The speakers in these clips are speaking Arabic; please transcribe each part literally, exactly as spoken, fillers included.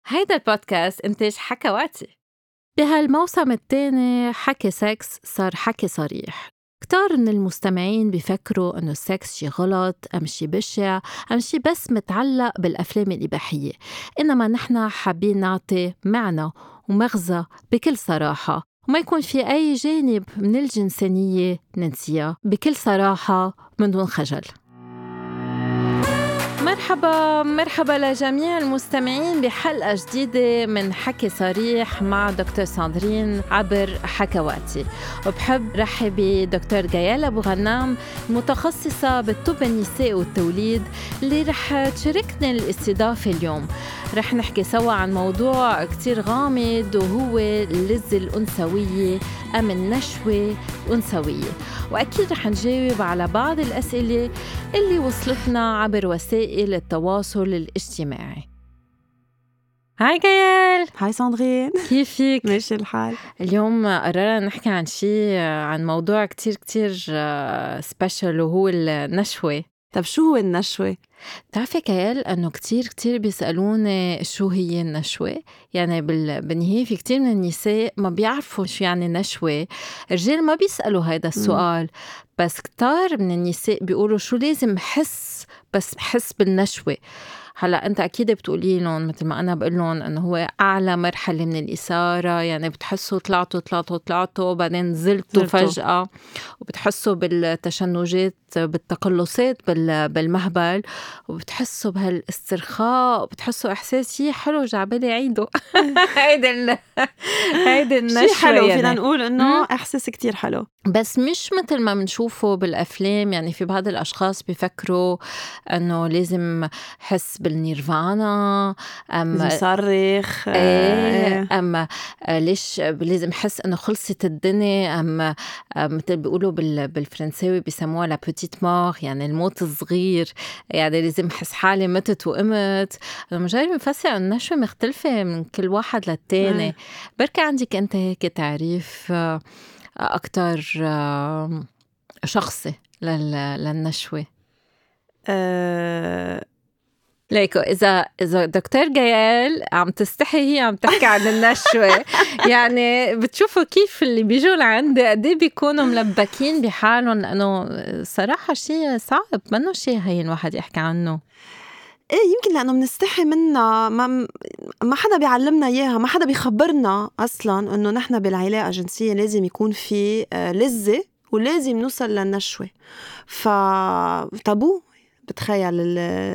هيدا البودكاست إنتاج حكواتي. بهالموسم الثاني حكي سكس صار حكي صريح. كتار من المستمعين بيفكروا إنه السكس شي غلط أم شي بشع أم شي بس متعلق بالأفلام الإباحية، إنما نحن حابين نعطي معنى ومغزى بكل صراحة، وما يكون في أي جانب من الجنسانية ننسيها بكل صراحة من دون خجل. مرحبا مرحبا لجميع المستمعين بحلقة جديدة من حكي صريح مع دكتور ساندرين عبر حكواتي. وبحب رحب بدكتور جيال أبو غنام متخصصة بالطب النسائي والتوليد اللي رح تشاركنا الاستضافة اليوم. رح نحكي سوا عن موضوع كتير غامض وهو اللذة الأنثوية أم النشوة الأنثوية، وأكيد رح نجاوب على بعض الأسئلة اللي وصلتنا عبر وسائل التواصل الاجتماعي. هاي جيال. هاي ساندرين، كيفك؟ ماشي الحال. اليوم قررنا نحكي عن شيء عن موضوع كتير كتير سبيشال وهو النشوة. طب شو هو النشوة؟ تعرفي كيال أنه كتير كتير بيسألوني شو هي النشوة؟ يعني بالنهاية في كتير من النساء ما بيعرفوا شو يعني نشوة. الرجال ما بيسألوا هيدا السؤال، بس كتار من النساء بيقولوا شو لازم حس بس حس بالنشوة. هلأ أنت أكيد بتقولي لهم مثل ما أنا بقول لهم أنه هو أعلى مرحلة من الإثارة، يعني بتحسوا طلعتوا طلعتوا طلعتوا بعدين نزلتوا فجأة، وبتحسوا بالتشنجات بالتقلصات بالمهبل، وبتحسوا بهالاسترخاء، وبتحسوا إحساس شيء حلو جعبالي عيده. هيدا هيدا النشوة شيء حلو، يعني. فينا نقول إنه إحساس كتير حلو، بس مش مثل ما بنشوفه بالأفلام. يعني في بعض الأشخاص بيفكروا أنه لازم حس بالنيرفانا، لازم صرخ، ايه أما ليش لازم حس أنه خلصت الدنيا، أما مثل بيقولوا بالفرنساوي بيسموها لا بوتيت مور، يعني الموت الصغير، يعني لازم حس حالي متت وقمت. أنا مجرد مفسر النشوة مختلفة من كل واحد للتاني. بركة عندك أنت هيك تعريف أكتر شخصي للنشوة؟ أه ليكو إذا إذا دكتور جيال عم تستحي هي عم تحكي عن النشوة، يعني بتشوفوا كيف اللي بيجوا لعندي قديه بيكونوا ملبكين بحالهم، لأنه صراحة شيء صعب، منه شيء هين واحد يحكي عنه. ايه يمكن لأنه منستحي منها، ما ما حدا بيعلمنا إياها، ما حدا بيخبرنا أصلاً إنه نحن بالعلاقة الجنسية لازم يكون في لذة ولازم نوصل للنشوة. فتابو بتخيل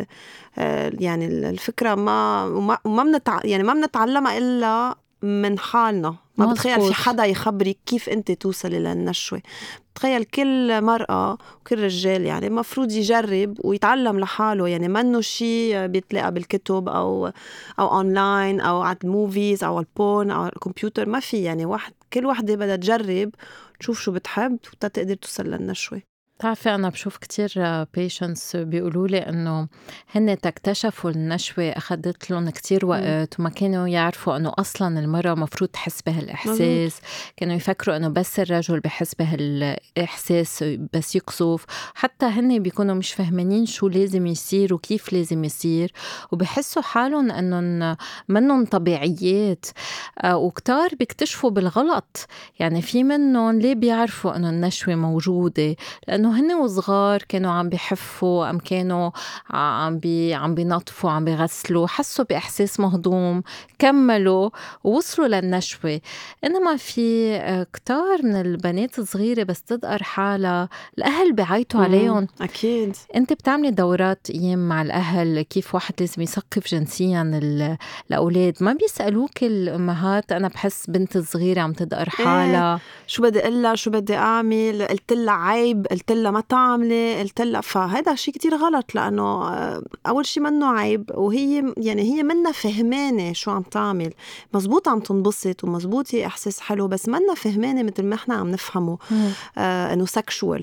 يعني الفكرة ما وما منتع يعني ما منتعلمها إلا من حالنا. ما بتخيل في حدا يخبرك كيف أنت توصلي للنشوة. تخيل كل مرأة وكل رجال يعني مفروض يجرب ويتعلم لحاله، يعني ما إنه شيء بيتلاقى بالكتب أو أو أونلاين أو على الموفيز أو على البون أو على الكمبيوتر. ما في، يعني واحد كل واحدة بدها تجرب تشوف شو بتحب وتقدر توصل للنشوة. تعرفي أنا بشوف كتير patients بيقولوا لي إنه هن تكتشفوا النشوة أخذت لهم كتير وقت، وما كانوا يعرفوا إنه أصلاً المرأة مفروض تحس بهالإحساس. كانوا يفكروا إنه بس الرجل بحس بهالإحساس بس يقصف. حتى هن بيكونوا مش فهمانين شو لازم يصير وكيف لازم يصير، وبحسوا حالهم إنهم منهم طبيعيات. وكتار بيكتشفوا بالغلط، يعني في منهم ليه بيعرفوا إنه النشوة موجودة لأنه هن وصغار كانوا عم بيحفوا أم كانوا عم بي عم بينظفوا عم بيغسلوا، حسوا بإحساس مهضوم، كملوا ووصلوا للنشوة. إنما في كتار من البنات الصغيرة بس تدقر حالها الأهل بيعيطوا عليهم. أكيد أنت بتعملي دورات أيام مع الأهل كيف واحد لازم يثقف جنسيا الأولاد؟ ما بيسألوك الأمهات أنا بحس بنت صغيرة عم تدقر حالها إيه شو بدي أقلها شو بدي أعمل، قلت لها عيب، قلت لها ما تعملي، قلت لها. فهذا شيء كتير غلط، لأنه أول شيء منه عيب، وهي يعني هي منا فهمانة شو عم تعمل. مزبوط عم تنبسط ومزبوط هي إحساس حلو، بس منا فهمانة مثل ما إحنا عم نفهمه آه إنه سكشوال.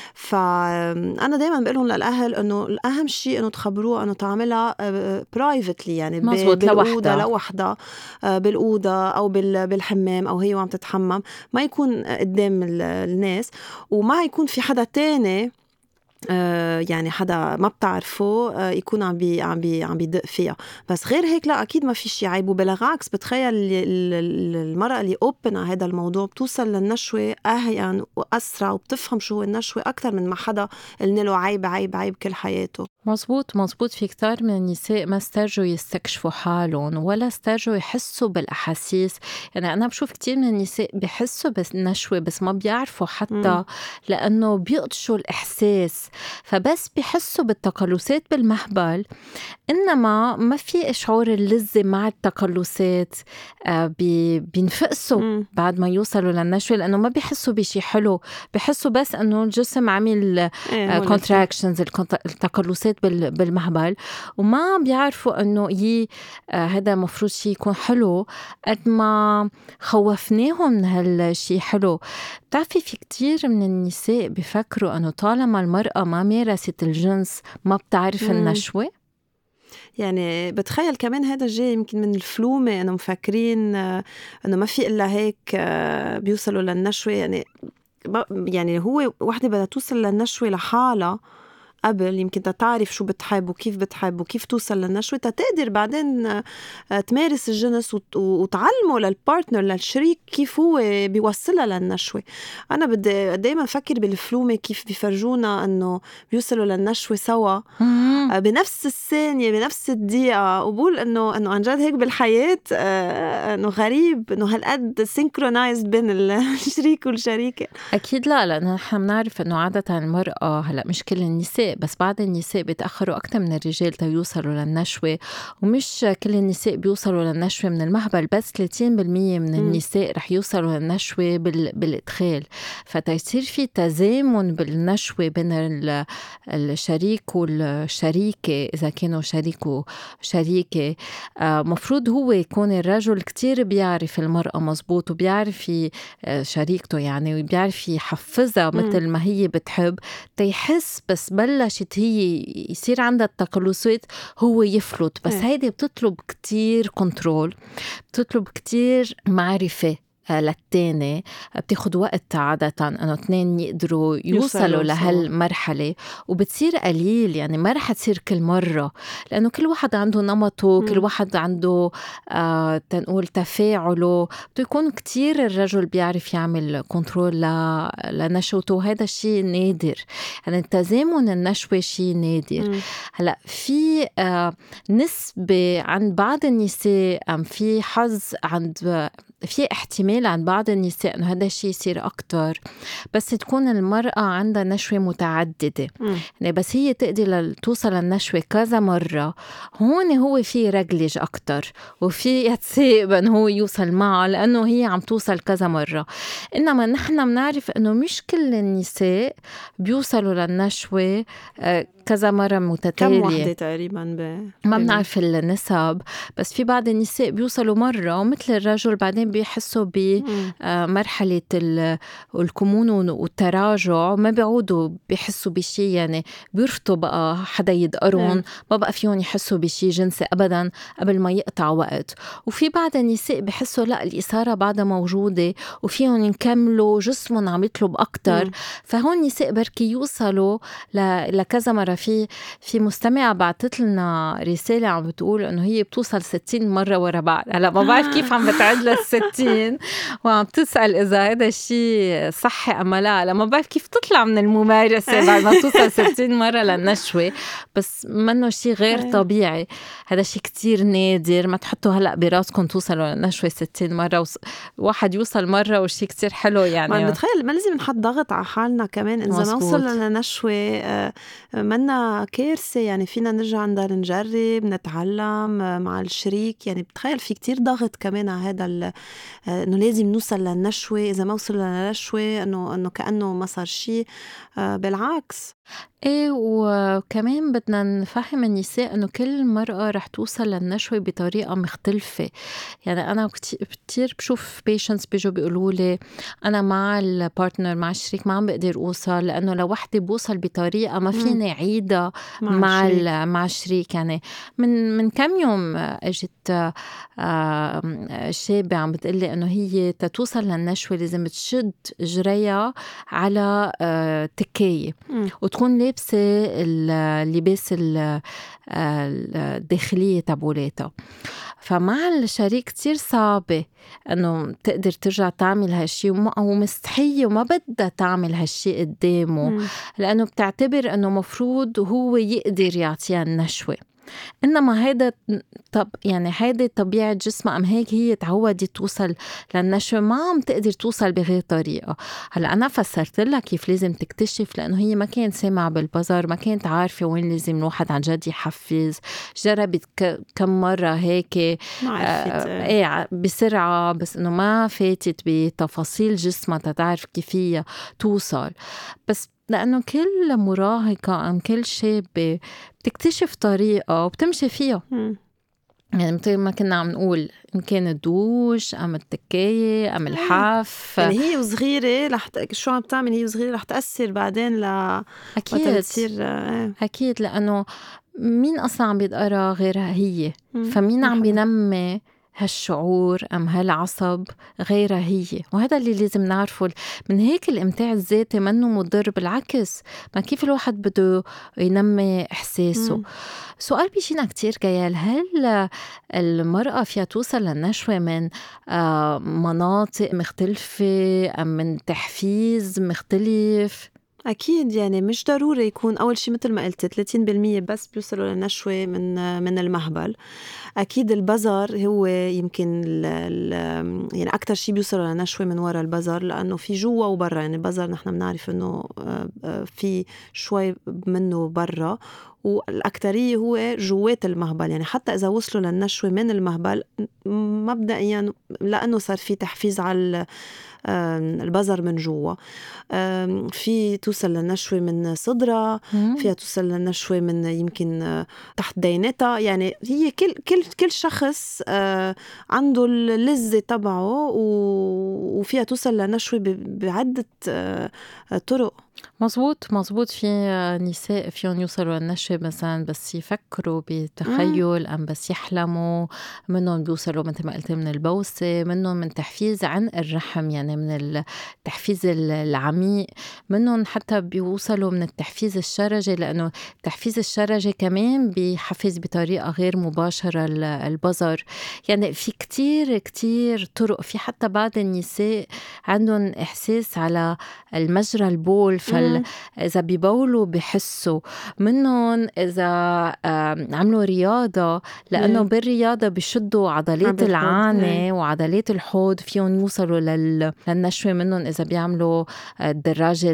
فأنا دايما بقولهم للأهل إنه الأهم شيء إنه تخبروه إنه تعملها برايفتلي، يعني بالأوضة لوحدها، بالأوضة أو بالحمام أو هي وعم تتحمم، ما يكون قدام الناس، وما يكون في حدا تاني آه يعني حدا ما بتعرفه آه يكون عم بي عم بي عم بيدق فيها. بس غير هيك لا اكيد ما في شيء عيب. وبالعكس بتخيل المرأة اللي اوبن على هذا الموضوع بتوصل للنشوة اهين واسرع وبتفهم شو هو النشوة اكثر من ما حدا قلنا له عيب عيب عيب كل حياته. مزبوط مزبوط. في كتار من النساء ما استرجوا يستكشفوا حالهم ولا استرجوا يحسوا بالأحاسيس. يعني أنا بشوف كتير من النساء بيحسوا بالنشوة بس ما بيعرفوا حتى مم. لأنه بيقطشوا الإحساس، فبس بيحسوا بالتقلصات بالمهبل، إنما ما في إشعار اللذة مع التقلصات. آه بي بينفقسوا مم. بعد ما يوصلوا للنشوة لأنه ما بيحسوا بشي حلو، بيحسوا بس أنه الجسم عامل ايه هو contractions التقلصات بال- بالمهبل، وما بيعرفوا انه يي آه هذا مفروض شيء يكون حلو قد ما خوفناهم من هالشي حلو. بتعرفي في كتير من النساء بيفكروا انه طالما المرأة ما مارست الجنس ما بتعرف مم. النشوة. يعني بتخيل كمان هذا جاي يمكن من الفلومة، انه مفكرين آه، انه ما في الا هيك آه، بيوصلوا للنشوة. يعني ب- يعني هو وحدة بدها توصل للنشوة لحالها قبل يمكن تتعرف شو بتحب وكيف بتحب وكيف توصل للنشوة تقدر بعدين آه، تمارس الجنس وت- وتعلمه للبارتنر للشريك كيف هو بيوصلها للنشوة. أنا بدي دايما أفكر بالفلومة كيف بيفرجونا أنه بيوصلوا للنشوة سوا مم. آه، بنفس الثانية بنفس الدقيقة، وبقول أنه أنه عن جد هيك بالحياة آه، أنه غريب أنه هالقد سينكرونايزد بين الشريك والشريكة. أكيد لا، لأن نحن بنعرف إنه عادة المرأة هلأ مش كل النساء بس بعض النساء بيتأخروا أكتر من الرجال تيوصلوا للنشوة، ومش كل النساء بيوصلوا للنشوة من المهبل، بس ثلاثين بالمية من النساء رح يوصلوا للنشوة بال... بالإدخال. فتيصير في تزامن بالنشوة بين ال... الشريك والشريكة إذا كانوا شريك وشريكة. آه مفروض هو يكون الرجل كتير بيعرف المرأة مزبوط وبيعرف شريكته يعني وبيعرف يحفزها مثل ما هي بتحب تيحس بس بلشت هي يصير عندها التقلصات هو يفلت. بس هيدي بتطلب كتير كنترول، بتطلب كتير معرفة للتاني، بتاخد وقت عادة أنه اثنين يقدروا يوصلوا لهالمرحلة، وبتصير قليل يعني ما رح تصير كل مرة لأنه كل واحد عنده نمطه، كل واحد عنده آه تنقول تفاعله. بده يكون كتير الرجل بيعرف يعمل كنترول لنشوته، وهذا الشيء نادر. يعني التزامن النشوة شيء نادر. هلأ في آه نسبة عند بعض النساء أم في حظ عند في احتمال عند بعض النساء انه هذا الشيء يصير اكتر بس تكون المرأة عندها نشوة متعددة. يعني بس هي تقدر توصل للنشوة كذا مرة، هون هو في رجلج اكتر وفي يتسيب انه هو يوصل معه لانه هي عم توصل كذا مرة. انما نحن بنعرف انه مش كل النساء بيوصلوا للنشوة كذا مرة متتالية. كم وحدة تقريبا ب... ما بنعرف النسب، بس في بعض النساء بيوصلوا مرة ومثل الرجل بعدين بيحسوا بمرحلة الكمون والتراجع، ما بيعودوا بيحسوا بشي، يعني بيرفضوا بقى حدا يدقرون، ما بقى فيهم يحسوا بشي جنسي أبدا قبل ما يقطع وقت. وفي بعض النساء بيحسوا لا الإثارة بعدها موجودة وفيهم يكملوا جسمهم عم يطلب أكتر. فهون نساء بركي يوصلوا لكذا مرة. في في مستمعة بعتت لنا رسالة عم بتقول إنه هي بتوصل ستين مرة ورا بعض. هلا ما بعرف كيف عم بتعد للستين وعم تسأل إذا هذا الشيء صحي أم لا. هلا ما بعرف كيف تطلع من الممارسة بعد ما توصل ستين مرة للنشوة، بس منه شيء غير طبيعي. هذا شيء كتير نادر. ما تحطوا هلا براسكم توصلوا للنشوة ستين مرة، واحد يوصل مرة وشيء كتير حلو. يعني ما بتخيل ما لازم نحط ضغط على حالنا كمان إذا ما وصلنا لنشوة منا كارثة. يعني فينا نرجع نضل نجرب نتعلم مع الشريك. يعني بتخيل في كتير ضغط كمان على هذا انه لازم نوصل للنشوة، اذا ما وصلنا للنشوة انه انه كأنه ما صار شيء. بالعكس. ايه، وكمان بدنا نفهم النساء انه كل مرأة رح توصل للنشوة بطريقة مختلفة. يعني انا كتير بشوف patients بيجوا بيقولوا لي انا مع البارتنر مع الشريك ما عم بقدر اوصل لانه لوحدي بوصل بطريقة ما فيني عيدها مع مع الشريك. مع الشريك يعني من من كم يوم اجت شابة عم بتقلي انه هي تتوصل للنشوة لازم تشد جريها على تكاية وتكون لابسة لابسة اللباس الداخلية تبولاتها. فمع الشريك كتير صعبة أنه تقدر ترجع تعمل هالشي، ومستحية وما بدها تعمل هالشي قدامه م. لأنه بتعتبر أنه مفروض هو يقدر يعطيها النشوة. إنما هيدا طب يعني هيدا طبيعة جسمها، أم هيك هي تعودت توصل للنشوة، ما عم تقدر توصل بغير طريقة. هلأ أنا فسرت لها كيف لازم تكتشف، لأنه هي ما كانت سامعة بالبزر، ما كانت عارفة وين لازم الواحد عن جد يحفز. جربت ك- كم مرة هيك آه ايه بسرعة، بس إنه ما فاتت بتفاصيل جسمها تتعرف كيف هي توصل. بس لأنه كل مراهقة أم كل شابة بتكتشف طريقة وبتمشي فيها. م. يعني مثل ما كنا عم نقول، إن كان الدوش أم التكاية أم الحاف، يعني هي وصغيرة رح ت... شو عم تعمل هي وصغيرة رح تأثر بعدين ل أكيد تصير أكيد، لأنه مين أصلا عم بيتقرأ غيرها هي؟ م. فمين عم بينمي هالشعور أم هالعصب غيرها هي؟ وهذا اللي لازم نعرفه. من هيك الإمتاع الذاتي منه مضر، بالعكس، ما كيف الواحد بده ينمي إحساسه. م. سؤال بيجينا كتير جيال، هل المرأة فيها توصل للنشوة من مناطق مختلفة أم من تحفيز مختلف؟ أكيد، يعني مش ضروري يكون أول شيء مثل ما قلت ثلاثين بالمية بس بيوصلوا للنشوة من من المهبل. أكيد البزر هو يمكن ال ال يعني أكتر شيء بيوصلوا للنشوة من وراء البزر، لأنه في جوا وبرا. يعني البزر نحن بنعرف إنه في شوي منه برا، والأكترية هو جوات المهبل. يعني حتى إذا وصلوا للنشوة من المهبل مبدئيا يعني لأنه صار في تحفيز على البزر من جوا. في توصل للنشوة من صدرها، فيها توصل للنشوة من يمكن تحت دينتها. يعني هي كل كل كل شخص عنده اللذة تبعه، وفيها توصل للنشوة بعدة طرق. مزبوط مزبوط. في نساء فيهم يوصلوا للنشوة مثلا بس يفكروا بتخيل أم بس يحلموا. منهم بيوصلوا مثل ما قلت من البوسة، منهم من تحفيز عن الرحم، يعني من التحفيز العميق. منهم حتى بيوصلوا من التحفيز الشرجي، لأنه التحفيز الشرجي كمان بيحفز بطريقة غير مباشرة البزر. يعني في كتير كتير طرق. في حتى بعض النساء عندهم إحساس على المجرى البول، فإذا بيبولوا بيحسوا. منهم إذا عملوا رياضة، لأنه مم. بالرياضة بيشدوا عضلات العانة وعضلات الحوض، فيهم يوصلوا للنشوة. منهم إذا بيعملوا الدراجة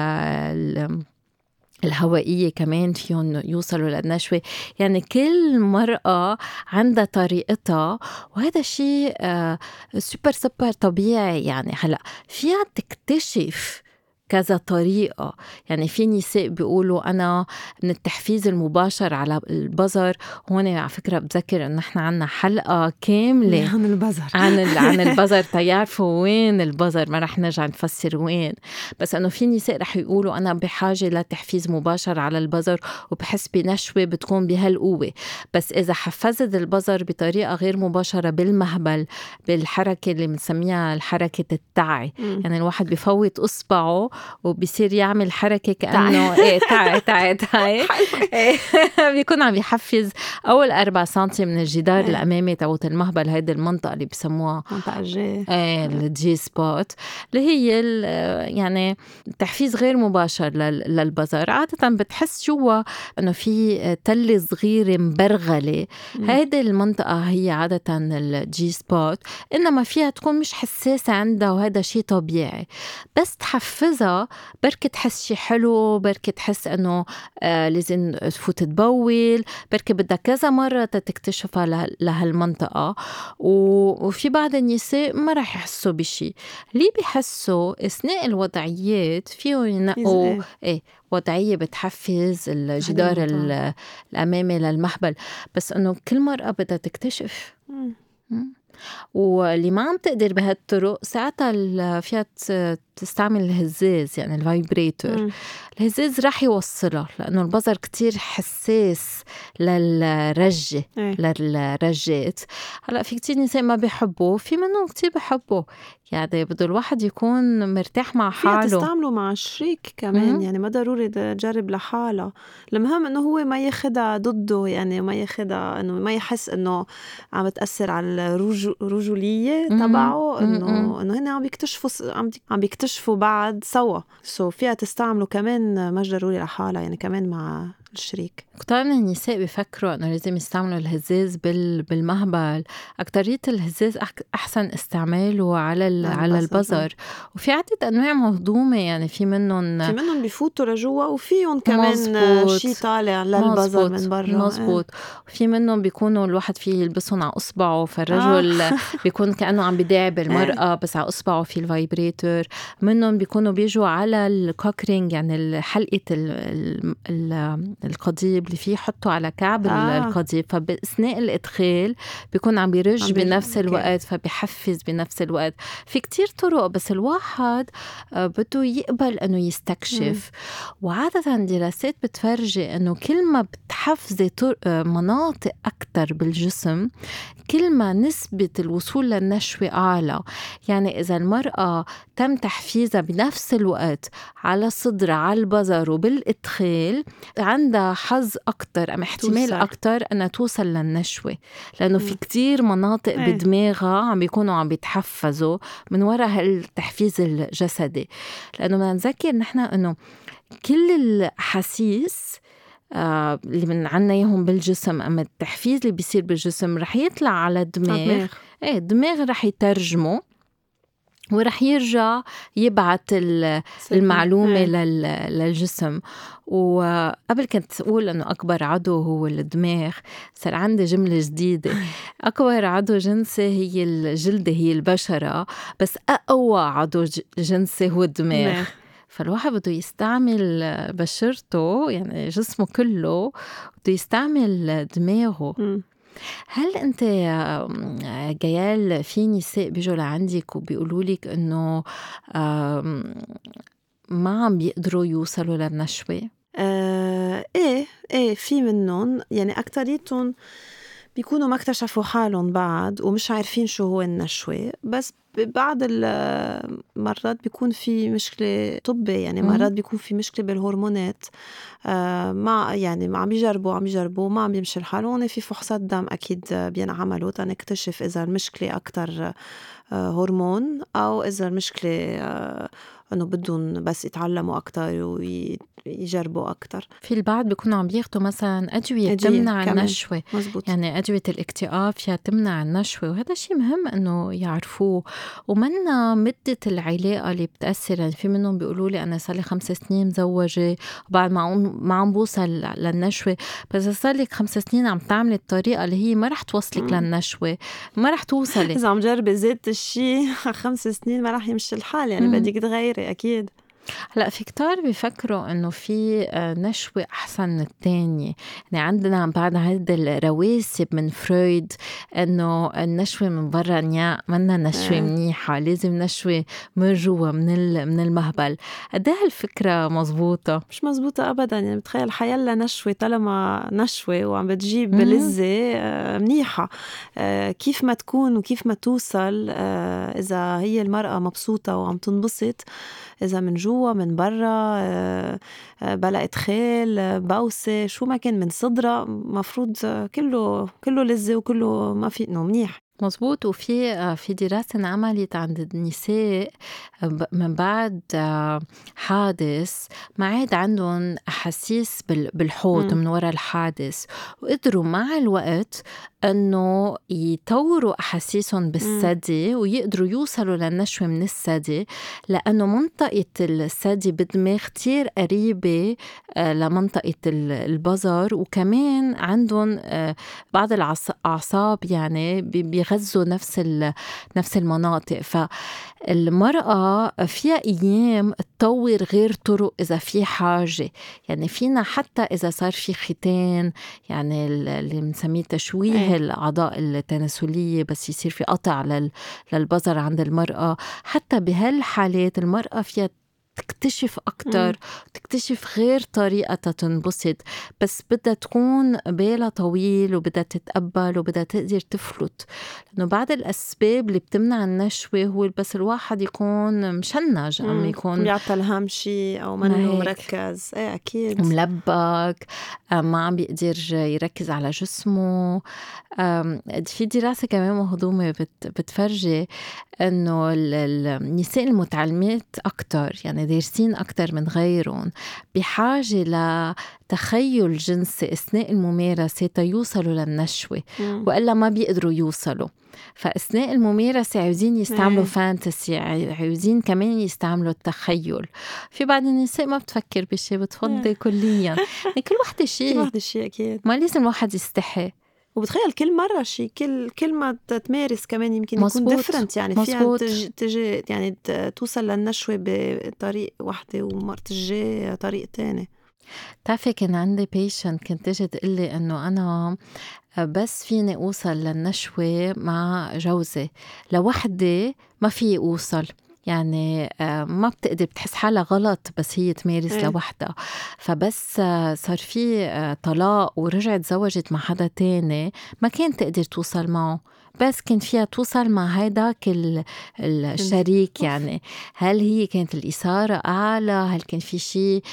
الهوائية كمان فيهم يوصلوا للنشوة. يعني كل مرأة عندها طريقتها، وهذا شيء سوبر سوبر طبيعي. يعني هلأ فيها تكتشف كذا طريقة. يعني في نساء بيقولوا أنا من التحفيز المباشر على البزر. هون على فكرة بذكر أن احنا عنا حلقة كاملة عن البزر عن, عن البزر تيعرفوا وين البزر، ما رح نرجع نفسر وين. بس أنه في نساء رح يقولوا أنا بحاجة لتحفيز مباشر على البزر وبحس بنشوة بتكون بهالقوة. بس إذا حفزت البزر بطريقة غير مباشرة بالمهبل، بالحركة اللي بنسميها الحركة التعي، يعني الواحد بفوت إصبعه وبيصير يعمل حركة كأنه ايه تعي تعي تعي بيكون عم يحفز أول أربع سنتي من الجدار الأمامي تاوت المهبل. هيدي المنطقة اللي بيسموها منطقة الجي ايه الجي سبوت، اللي هي يعني تحفيز غير مباشر للبزر. عادة بتحس جوا أنه في تلة صغيرة مبرغلة، هيدي المنطقة هي عادة الجي سبوت. إنما فيها تكون مش حساسة عندها، وهذا شيء طبيعي. بس تحفزها بركة تحس شي حلو، بركة تحس أنه آه لازم تفوت تبول، بركة بدها كذا مرة تكتشفها له لهالمنطقة. وفي بعض النساء ما رح يحسوا بشي. اللي بيحسوا أثناء الوضعيات فيهم ينقوا إيه وضعية بتحفز الجدار الأمامي للمهبل. بس أنه كل مرة بدها تكتشف. واللي ما عم تقدر بهالطرق ساعتها فيها بتستعمل الهزاز يعني الفايبريتور. الهزاز رح يوصلها لأنه البظر كتير حساس للرجة إيه. للرجات. هلأ في كتير نساء ما بيحبوا، في منهم كتير بيحبوا، يعني بده الواحد يكون مرتاح مع فيها حاله. تستعمله مع الشريك كمان. مم. يعني ما ضروري تجرب لحالها، المهم انه هو ما ياخدها ضده، يعني ما ياخدها انه ما يحس انه عم بتأثر على الرجولية مم. تبعه، مم. انه انه هن عم بيكتشفوا عم عم بيكتشفوا بعض سوا. سو فيها تستعمله كمان، مش ضروري لحالها، يعني كمان مع الشريك. كتار من النساء بيفكروا انه لازم يستعملوا الهزاز بال... بالمهبل. اكترية الهزاز أح... احسن استعماله على ال... على البظر. وفي عدة انواع مهضومة، يعني في منهم في منهم بيفوتوا لجوا، وفيهم كمان شيء طالع للبظر من برا. مزبوط. وفي منهم بيكونوا الواحد فيه يلبسهم على اصبعه، فالرجل آه. بيكون كأنه عم بيداعب المرأة بس على اصبعه في الفايبريتور. منهم بيكونوا بيجوا على الكوكرينج، يعني حلقة ال... ال... ال... القضيب اللي فيه يحطوا على كعب آه. القضيب، فبأثناء الإدخال بيكون عم بيرج عم بنفس الوقت، فبيحفز بنفس الوقت. في كتير طرق، بس الواحد بده يقبل أنه يستكشف. م. وعادة دراسات بتفرجي أنه كل ما بتحفزي مناطق أكتر بالجسم، كل ما نسبة الوصول للنشوة أعلى. يعني إذا المرأة تم تحفيزها بنفس الوقت على صدرها، على البظر وبالإدخال، عندها حظ أكتر أم احتمال توصل. أكتر أنها توصل للنشوة، لأنه م. في كتير مناطق ايه. بدماغها عم بيكونوا عم بيتحفزوا من وراء التحفيز الجسدي. لأنه ما نذكر نحن أنه كل الحسيس آه اللي من عنا يهم بالجسم، أما التحفيز اللي بيصير بالجسم رح يطلع على الدماغ. ايه الدماغ رح يترجمه ورح يرجع يبعت المعلومة ايه. للجسم. وقبل كنت أقول أنه أكبر عضو هو الدماغ، صار عندي جملة جديدة. أكبر عضو جنسي هي الجلدة، هي البشرة، بس أقوى عضو جنسي هو الدماغ. فالواحد بده يستعمل بشرته، يعني جسمه كله بده يستعمل دماغه. م. هل أنت جيال في نساء بيجوا لعندك وبيقولوا لك إنه ما عم بيقدروا يوصلوا للنشوة؟ آه إيه إيه في منهم، يعني أكتريتهم بيكونوا ما اكتشفوا حالهم بعد ومش عارفين شو هو النشوة، بس بعض المرات بيكون في مشكلة طبية، يعني مرات بيكون في مشكلة بالهرمونات. آه ما يعني ما عم يجربوا عم يجربوا ما عم يمشي الحال. هون في فحوصات دم أكيد بينعملوا تنكتشف إذا المشكلة أكتر آه هرمون، أو إذا المشكلة آه أنه بدهم بس يتعلموا أكتر ويجربوا أكتر. في البعض بيكونوا عم بياخدوا مثلا أدوية تمنع النشوة. مزبوط. يعني أدوية الاكتئاب فيها تمنع النشوة، وهذا شيء مهم أنه يعرفوه. ومنا مدة العلاقة اللي بتأثر، يعني في منهم بيقولوا لي أنا صار لي خمس سنين مزوجة وبعد ما ما عم بوصل للنشوة، بس صار لك خمس سنين عم تعملي الطريقة اللي هي ما رح توصلك للنشوة، ما رح توصلي. إذا عم جربي زيت الشيء خمس سنين ما رح يمشي الحال، يعني مم. بدك تغيري أكيد. هلا في كتار بيفكروا انه في نشوة احسن من التانية. يعني عندنا بعد هذا الرواسب من فرويد انه النشوة من برا نيا منا نشوة منيحة، لازم نشوة من جوا من من المهبل. قد ايه هالفكرة مزبوطة؟ مش مزبوطة ابدا. يعني بتخيل حيلا نشوة طالما نشوة وعم بتجيب لذة منيحة، كيف ما تكون وكيف ما توصل، اذا هي المرأة مبسوطة وعم تنبسط، إذا من جوا من برا بلا إدخال بوسة شو ما كان من صدرة، مفروض كله كله لذة وكله ما في إنه منيح. مزبوط. وفي في دراسة انعملت عند النساء من بعد حادث ما عاد عندهم أحاسيس بالحوض من وراء الحادث، وقدروا مع الوقت أنه يطوروا أحاسيسهم بالثدي ويقدروا يوصلوا للنشوة من الثدي، لأنه منطقة الثدي بالدماغ كتير قريبة لمنطقة البظر، وكمان عندهم بعض الأعصاب يعني بيغ بيغذوا نفس نفس المناطق. فالمرأة فيها أيام تطور غير طرق إذا في حاجة، يعني فينا حتى إذا صار في ختان، يعني اللي بنسميه تشويه الأعضاء التناسلية، بس يصير في قطع للبظر عند المرأة، حتى بهالحالات المرأة فيها تكتشف أكتر، تكتشف غير طريقة تنبسط، بس بدها تكون بالها طويل وبدها تتقبل وبدها تقدر تفلت. لأنه بعض الأسباب اللي بتمنع النشوة هو بس الواحد يكون مشنج، أم يكون بيعطل هم شيء أو منه مركز. ايه أكيد ملبك، ما عم بيقدر يركز على جسمه. في دراسة كمان مهضومة بتفرجي أنه النساء المتعلمات أكتر، يعني دارسين أكتر من غيرهم، بحاجة لتخيل جنسي أثناء الممارسة تيوصلوا للنشوة، وإلا ما بيقدروا يوصلوا. فأثناء الممارسة عاوزين يستعملوا فانتسي، عاوزين كمان يستعملوا التخيل. في بعض النساء ما بتفكر بشي، بتفضي كليا. كل واحدة شيء، كل واحدة شيء أكيد، ما لازم الواحد يستحي. وبتخيل كل مرة شيء، كل كل ما تمارس كمان يمكن يكون ديفرنت، يعني فيها تجي, تجي يعني توصل للنشوة بطريق واحدة ومرة الجاي طريق تاني. تعرفي كان عندي بيشنت كنت تجي تقلي أنه أنا بس فيني أوصل للنشوة مع جوزي، لوحدي ما في أوصل، يعني ما بتقدر، بتحس حالها غلط بس هي تمارس إيه؟ لوحدها. فبس صار في طلاق ورجعت زوجت مع حدا تاني، ما كانت تقدر توصل معه، بس كانت فيها توصل مع هيداك الشريك. يعني هل هي كانت الإثارة أعلى؟ هل كان في شيء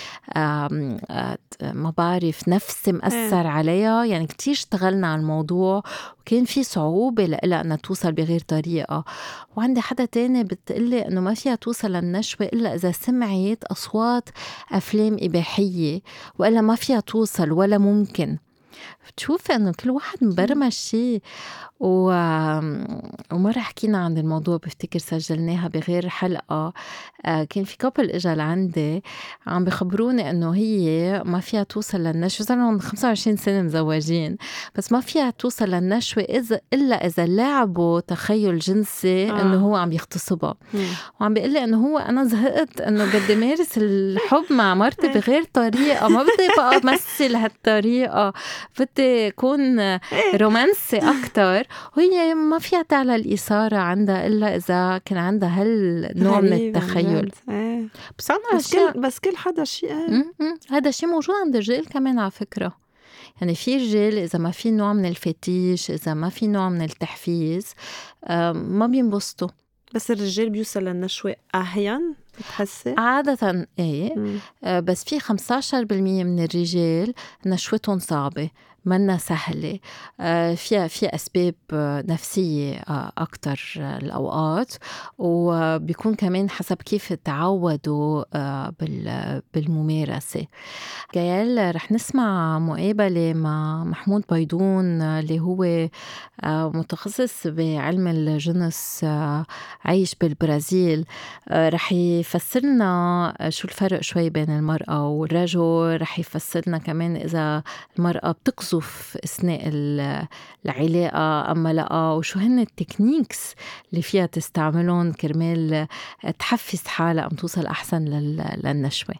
ما بعرف نفسي مأثر عليها؟ يعني كتير اشتغلنا على الموضوع وكان في صعوبة لها أنها توصل بغير طريقة. وعندي حدا تاني بتقلي أنه ما فيها توصل للنشوة إلا إذا سمعت أصوات أفلام إباحية، وإلا ما فيها توصل ولا ممكن. بتشوف أنه كل واحد مبرمج شيء. و... ومرة حكينا عن الموضوع، بفتكر سجلناها بغير حلقة. كان في كابل إجا لعندي عم بخبروني أنه هي ما فيها توصل للنشوة، صار لهم خمسة وعشرين سنة مزواجين، بس ما فيها توصل للنشوة إذا إلا إذا لعبوا تخيل جنسي آه. أنه هو عم يغتصبها. وعم بيقول لي أنه هو أنا زهقت أنه بدي مارس الحب مع مرتي بغير طريقة، ما بدي بقى أمثل هالطريقة، بدي يكون رومانسي أكتر. وهي ما فيها تعلى الإثارة عندها إلا إذا كان عندها هالنوع من التخيل. ايه. بس أنا بس كل بس كل حدا شيء ايه. هذا شيء موجود عند الرجال كمان على فكرة. يعني في رجال إذا ما في نوع من الفتيش، إذا ما في نوع من التحفيز، ما بينبسطوا. بس الرجال بيوصل للنشوة أحيان بتحسي؟ عادة ايه. آه بس في خمستاشر بالمية من الرجال نشوتهم صعبة، منا سهلة. آه فيها في أسباب نفسية آه أكتر الأوقات، وبيكون كمان حسب كيف تعودوا آه بالممارسة. جايل رح نسمع مقابلة مع محمود بيضون اللي هو آه متخصص بعلم الجنس، آه عايش بالبرازيل. آه رح يفسرنا شو الفرق شوي بين المرأة والرجل، رح يفسرنا كمان إذا المرأة بتقذف أثناء العلاقة أما لا، وشو هن التكنيكس اللي فيها تستعملون كرمال تحفز حالها أم توصل أحسن للنشوة.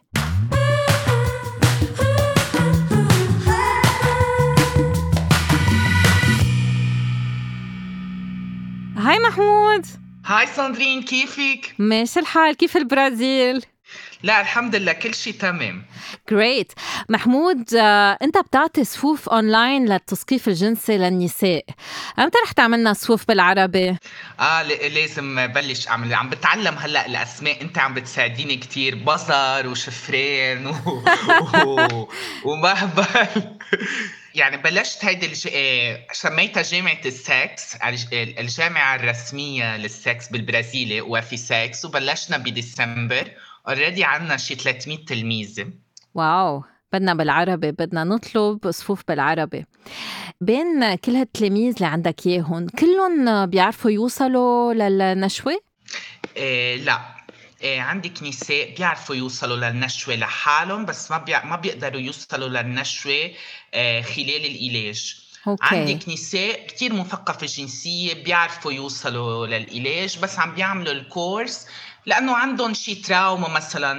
هاي محمود. هاي ساندرين، كيفك؟ ماشي الحال، كيف البرازيل؟ لا الحمد لله كل شيء تمام. جريت. محمود، آه، انت بتعطي صفوف اونلاين للتثقيف الجنسي للنساء، امتى رح تعملنا صفوف بالعربي؟ اه لازم بلش اعمل، عم بتعلم هلا الاسماء، انت عم بتساعديني كتير، بزر وشفرين و... و... ومهبل. يعني بلشت هيدي الج... سميتها جامعة السكس، الجامعة الرسمية للسكس بالبرازيل، وفي سكس، وبلشنا بديسمبر. اوريدي عنا شي ثلاثمية تلميذة. واو، بدنا بالعربي، بدنا نطلب صفوف بالعربي. بين كل هالتلاميذ اللي عندك ياهن كلهم بيعرفوا يوصلوا للنشوة؟ إيه لا، إيه عندك نساء بيعرفوا يوصلوا للنشوة لحالهم، بس ما بي... ما بيقدروا يوصلوا للنشوة إيه خلال العلاج. أوكي. عندك نساء كتير مثقفة جنسية بيعرفوا يوصلوا للعلاج بس عم بيعملوا الكورس لأنه عندهم شي تراوما مثلا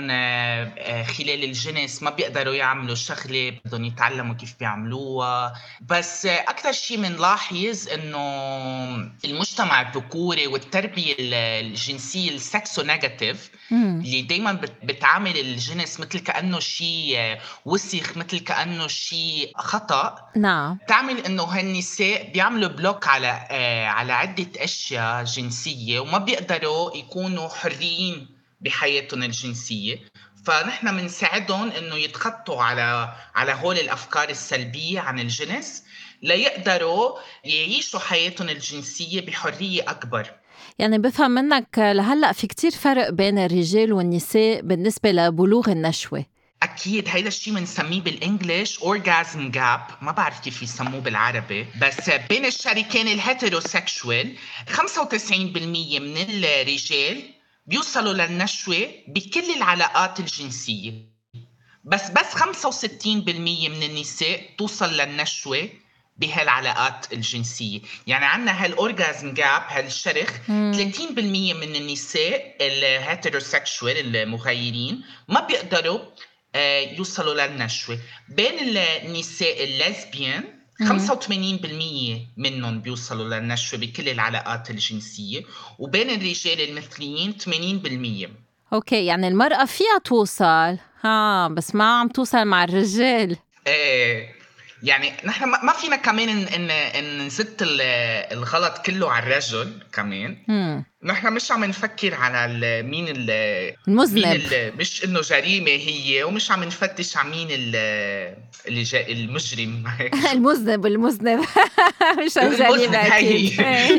خلال الجنس، ما بيقدروا يعملوا شغلة بدهم يتعلموا كيف بيعملوها. بس أكثر شي منلاحظ إنه المجتمع الذكوري والتربية الجنسية السكسو نيجاتيف اللي دايما بتعامل الجنس مثل كأنه شي وسخ، مثل كأنه شي خطأ. نعم. تعمل إنه هالنساء بيعملوا بلوك على آه على عدة أشياء جنسية وما بيقدروا يكونوا حرين بحياتهم الجنسية. فنحن بنساعدهم إنه يتخطوا على على هول الأفكار السلبية عن الجنس ليقدروا يعيشوا حياتهم الجنسية بحرية أكبر. يعني بفهم منك لهلأ في كتير فرق بين الرجال والنساء بالنسبة لبلوغ النشوة. أكيد هيدا الشيء بنسميه بالإنجليش orgasm gap، ما بعرف كيف يسموه بالعربي، بس بين الشريكين الهيتروسيكشوال خمسة وتسعين بالمية من الرجال بيوصلوا للنشوة بكل العلاقات الجنسية، بس بس خمسة وستين بالمية من النساء توصل للنشوة بهالعلاقات الجنسية. يعني عنا هالأورغازم جاب هالشرخ ثلاثين بالمية من النساء الهيتروسيكشوال المغيرين ما بيقدروا يوصلوا للنشوة. بين النساء الليزبيان خمسة وثمانين بالمية منهم بيوصلوا للنشوة بكل العلاقات الجنسية، وبين الرجال المثليين ثمانين بالمية. أوكي، يعني المرأة فيها توصل ها بس ما عم توصل مع الرجال. ايه يعني نحن ما فينا كمان ان ان نزت الغلط كله على الرجل كمان. مم. نحن مش عم نفكر على مين المذنب، مش انه جريمه هي، ومش عم نفتش على مين اللي المجرم المذنب المذنب مش جريمه اكيد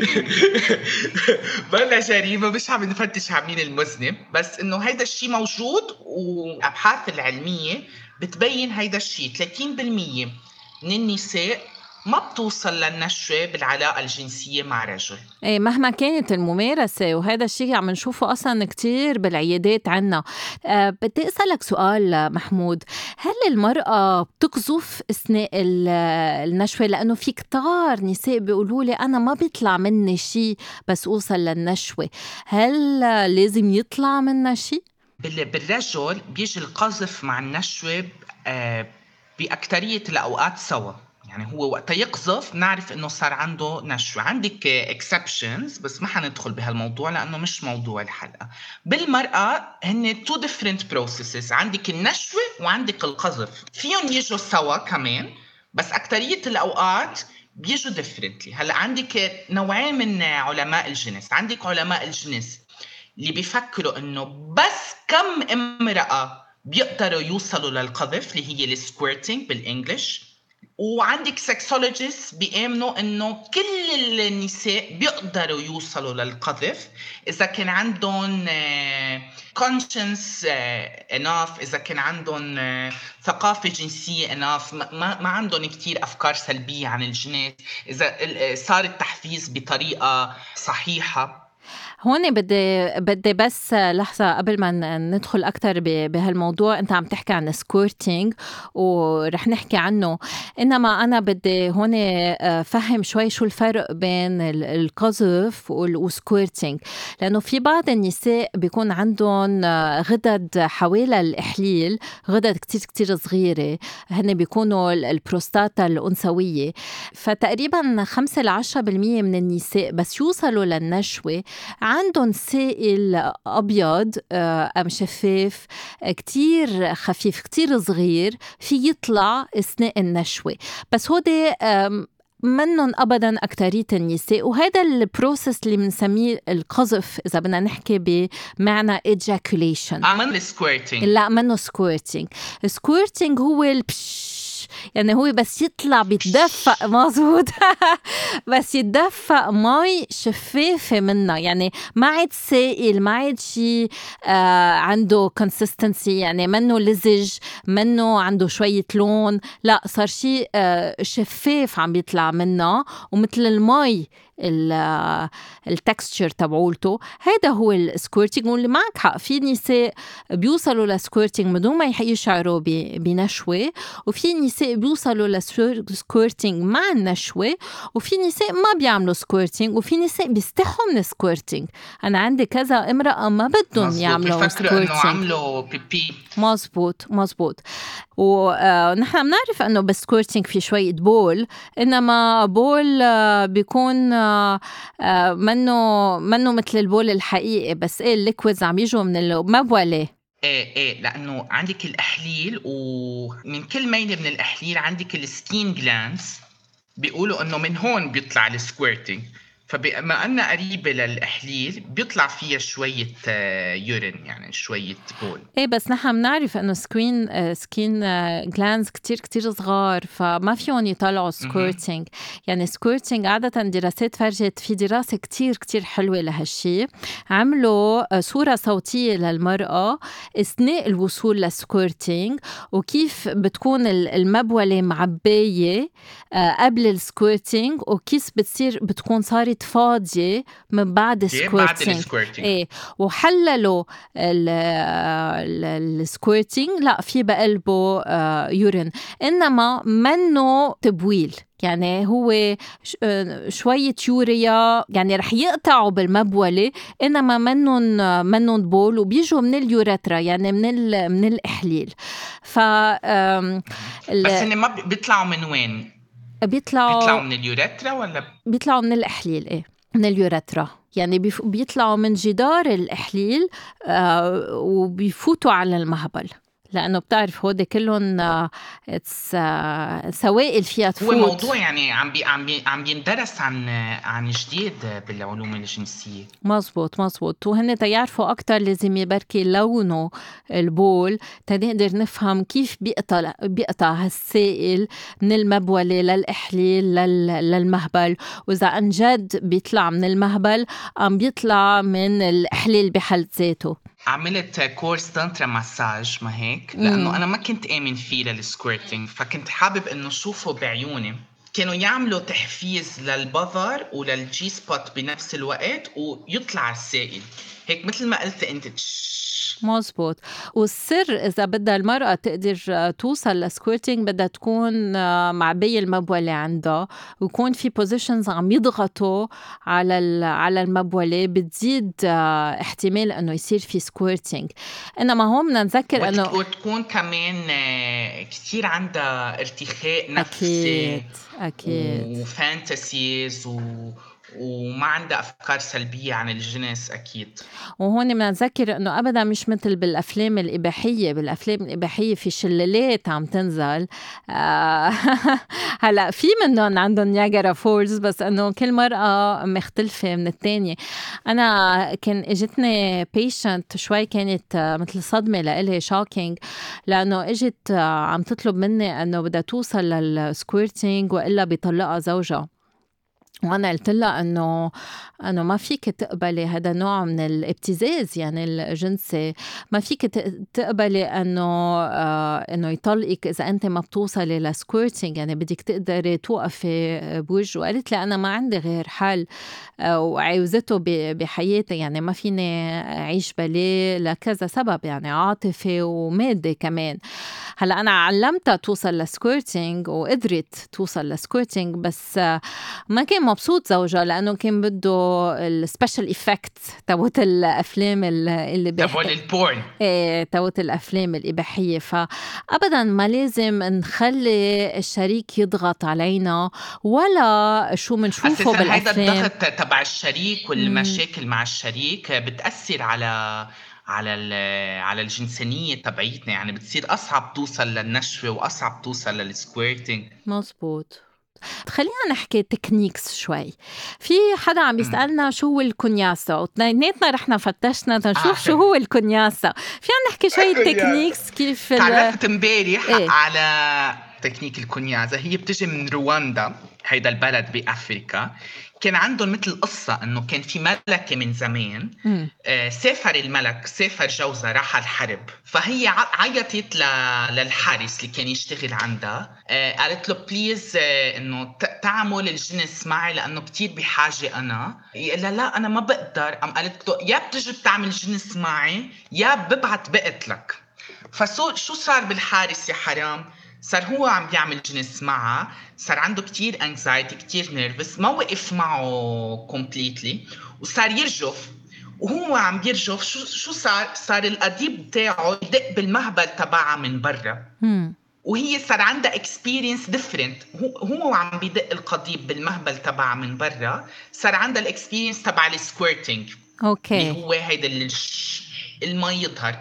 بلا جريمه، مش عم نفتش على مين المذنب، بس انه هيدا الشيء موجود. وابحاث العلميه بتبين هيدا الشيء ثلاثين بالمية من النساء ما بتوصل للنشوة بالعلاقة الجنسية مع رجل. ايه مهما كانت الممارسة، وهذا الشيء عم نشوفه أصلا كتير بالعيادات عنا. أه بدي أسألك سؤال محمود، هل المرأة بتقذف أثناء النشوة؟ لأنه في كتار نساء بيقولوا لي أنا ما بيطلع مني شيء بس أوصل للنشوة، هل لازم يطلع مننا شيء؟ بالرجل بيجي القذف مع النشوة أه بأكترية الأوقات سوا. يعني هو وقت يقذف نعرف إنه صار عنده نشوة. عندك exceptions بس ما حندخل بهالموضوع لأنه مش موضوع الحلقة. بالمرأة هن two different processes، عندك النشوة وعندك القذف، فيهم يجوا سوا كمان بس أكترية الأوقات بيجوا differently. هلأ عندك نوعين من علماء الجنس. عندك علماء الجنس اللي بيفكروا إنه بس كم امرأة بيقدروا يوصلوا للقذف اللي هي السكويرتينج بالإنجليش، وعندك سكسولوجيست بيآمنوا إنه كل النساء بيقدروا يوصلوا للقذف إذا كان عندهم conscience enough، إذا كان عندهم ثقافة جنسية enough، ما, ما عندهم كتير أفكار سلبية عن الجنس، إذا صار التحفيز بطريقة صحيحة. هون بدي بدي بس لحظة قبل ما ندخل أكتر بهالموضوع. أنت عم تحكي عن سكورتينج ورح نحكي عنه، إنما أنا بدي هون فهم شوي شو الفرق بين القذف والسكورتينج، لأنه في بعض النساء بيكون عندهم غدد حوالي الإحليل، غدد كتير كتير صغيرة، هن بيكونوا البروستاتا الأنثوية، فتقريبا خمسة لعشرة بالمية من النساء بس يوصلوا للنشوة عندهم سائل أبيض أم شفاف كتير خفيف كتير صغير في يطلع أثناء النشوة، بس هو ده منن أبداً أكترية النساء. وهذا البروسيس اللي بنسميه القذف إذا بدنا نحكي بمعنى ejaculation. عمل squirting. لا منه squirting. squirting هو البش، يعني هو بس يطلع بيتدفق مظبوط بس يتدفق مي شفافة منه، يعني ما عاد سائل، ما عاد شيء آه عنده consistency، يعني منه لزج، منه عنده شوية لون، لا صار شيء آه شفاف عم بيطلع منه ومثل المي التكستشر تبعولته. هذا هو السكورتينج. واللي معك حق، في نساء بيوصلوا للسكورتينج بدون ما يشعروا بنشوة، وفي نساء بيوصلوا للسكورتينج مع النشوة، وفي نساء ما بيعملوا سكورتينج، وفي نساء بيستحوا من السكورتينج. أنا عندي كذا امرأة ما بدهم يعملوا سكورتينج. عملوا بيبي. مزبوط مزبوط. ونحن بنعرف أنه بالسكورتينج في شوية بول، إنما بول بيكون منه منه مثل البول الحقيقي، بس إيه الليكويدز عم يجوا من المبولة. ايه ايه لانه عندك الاحليل، ومن كل ميله من الاحليل عندك السكين جلانس، بيقولوا انه من هون بيطلع السكويرتينج. فبما أنها قريبة للإحليل بيطلع فيها شوية يورين، يعني شوية بول. إيه بس نحن بنعرف إنه سكين سكين جلانز كتير كتير صغار، فما فيهم يطلعوا سكورتينج. يعني سكورتينج عادة دراسات فرجت، في دراسة كتير كتير حلوة لهالشي، عملوا صورة صوتية للمرأة أثناء الوصول للسكورتينج، وكيف بتكون المبولة معبية قبل السكورتينج، وكيف بتصير بتكون صارت فاضية من بعد السكورتينج. إيه وحللوا السكورتينج لا في بقلبه آه يورين، إنما منه تبويل. يعني هو شوية يوريا، يعني رح يقطعوا بالمبولة، إنما منن منن بول، وبيجوا من اليوريترا، يعني من من الإحليل. ف بس إن ما بيطلعوا من وين؟ بيطلعوا بيطلعوا من اليوريترا ولا بيطلعوا من الإحليل؟ إيه من اليوريترا، يعني بيطلعوا من جدار الإحليل آه وبيفوتوا على المهبل، لأنه بتعرف هودي كلهم آه آه سوائل فيها تفوت. هو موضوع يعني عم بي عم بي عم يندرس عن عن جديد بالعلوم الجنسية. مزبوط مزبوط. وهن تيعرفوا أكتر لازم يبركي لونه البول تنقدر نفهم كيف بيقطع بيقطع هالسائل من المبولة للإحليل للمهبل، وإذا عن جد بيطلع من المهبل عم بيطلع من الإحليل بحد ذاته. عملت كورس تانترا مساج، ما هيك؟ لأنه أنا ما كنت آمن فيه للسكويرتينج، فكنت حابب إنه شوفه بعيوني. كانوا يعملوا تحفيز للبظر وللجي سبوت بنفس الوقت، ويطلع السائل هيك مثل ما قلت أنت. مزبوط. والسر إذا بدها المرأة تقدر توصل للسكويرتينج بدها تكون معبية المبولة عندها، ويكون في بوزيشنز عم يضغطوا على على المبولة، بتزيد احتمال إنه يصير في سكويرتينج. إنما هون بدنا نذكر إنه وتكون كمان كتير عندها ارتخاء نفسي. أكيد أكيد. وفانتسيز و وما عندها أفكار سلبية عن الجنس أكيد. وهون بدنا نذكر إنه أبدا مش مثل بالأفلام الإباحية. بالأفلام الإباحية في شلالات عم تنزل آه هلا في منهم عندهم نياجرا فولز، بس إنه كل مرأة مختلفة من التانية. أنا كان إجتني بيشنت شوي كانت مثل صدمة لإلي، شوكينج، لأنه إجت عم تطلب مني إنه بدها توصل للسكويرتينج وإلا بيطلقها زوجها. وأنا قلت لها أنه أنه ما فيك تقبلي هذا نوع من الابتزاز يعني الجنسي، ما فيك تقبلي أنه آه أنه يطلقك إذا أنت ما بتوصلي لسكويرتينج، يعني بدك تقدري توقفي بوجهه. وقالت لي أنا ما عندي غير حل آه وعاوزته بحياتي، يعني ما فيني أعيش بليه لكذا سبب، يعني عاطفي ومادي كمان. هلأ أنا علمتها توصل لسكويرتينج وقدرت توصل لسكويرتينج، بس آه ما كان مبسوط زوجها لأنه كان بده السبيشال إفكت تبوت الأفلام اللي تبوت البورن إيه تبوت الأفلام الإباحية. فأبدا ما لازم نخلي الشريك يضغط علينا ولا شو منشوفه بالأفلام. هيدا الضغط تبع الشريك والمشاكل مع الشريك بتأثر على على على الجنسانية تبعيتنا، يعني بتصير أصعب توصل للنشوة وأصعب توصل للسكويرتينج. مظبوط. خلينا نحكي تكنيكس شوي. في حدا عم بيسألنا شو هو الكنياسة، وتنيناتنا رحنا فتشنا نشوف آه. شو هو الكنياسة. فينا نحكي شوي تكنيكس كيف تعرفت امبارح إيه؟ على تكنيك الكنياسة. هي بتجي من رواندا، هيدا البلد بأفريقيا. كان عندهم مثل قصة إنه كان في ملكة من زمان مم. آه، سافر الملك سافر جوزها راح الحرب، فهي ع- عيطت ل- للحارس اللي كان يشتغل عندها، آه، قالت له بليز آه، إنه ت- تعمل الجنس معي لأنه كتير بحاجة أنا. قال لها لا أنا ما بقدر. قام قالت له يا بتجي بتعمل جنس معي يا ببعت بقتلك. فشو شو صار بالحارس يا حرام؟ صار هو عم بيعمل جنس معها، صار عنده كتير anxiety كتير nervous، ما وقف معه completely وصار يرجف. وهو عم بيرجف شو شو صار؟ صار القضيب تاعه يدق بالمهبل تبعها من برا، مم. وهي صار عندها experience different. هو هو عم بيدق القضيب بالمهبل تبعها من برا، صار عندها الاكسبيرينس تبع السكويرتينج اللي اوكي. هو هيدا الش- المي يظهر.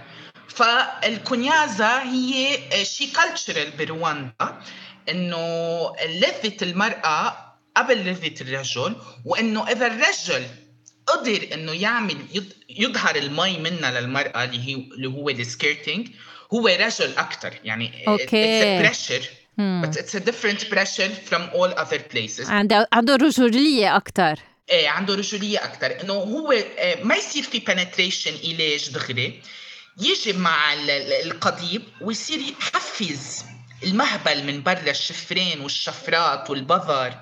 فالكونيازا هي شي كالتشرال برواندا، انه لذة المرأة قبل لذة الرجل، وانه اذا الرجل قدر انه يعمل يض- يظهر المي منها للمرأة اللي هي اللي هو السكيرتينج، هو رجل اكثر. يعني it's a اوكي. pressure but مم. it's a different pressure from all other places. عنده عنده رجولية أكتر. ايه عنده رجولية أكتر، إنه هو آه، ما يصير في penetration علاج دغري، يجي مع ال- ال- القضيب ويصير يحفز المهبل من برا الشفرين والشفرات والبذر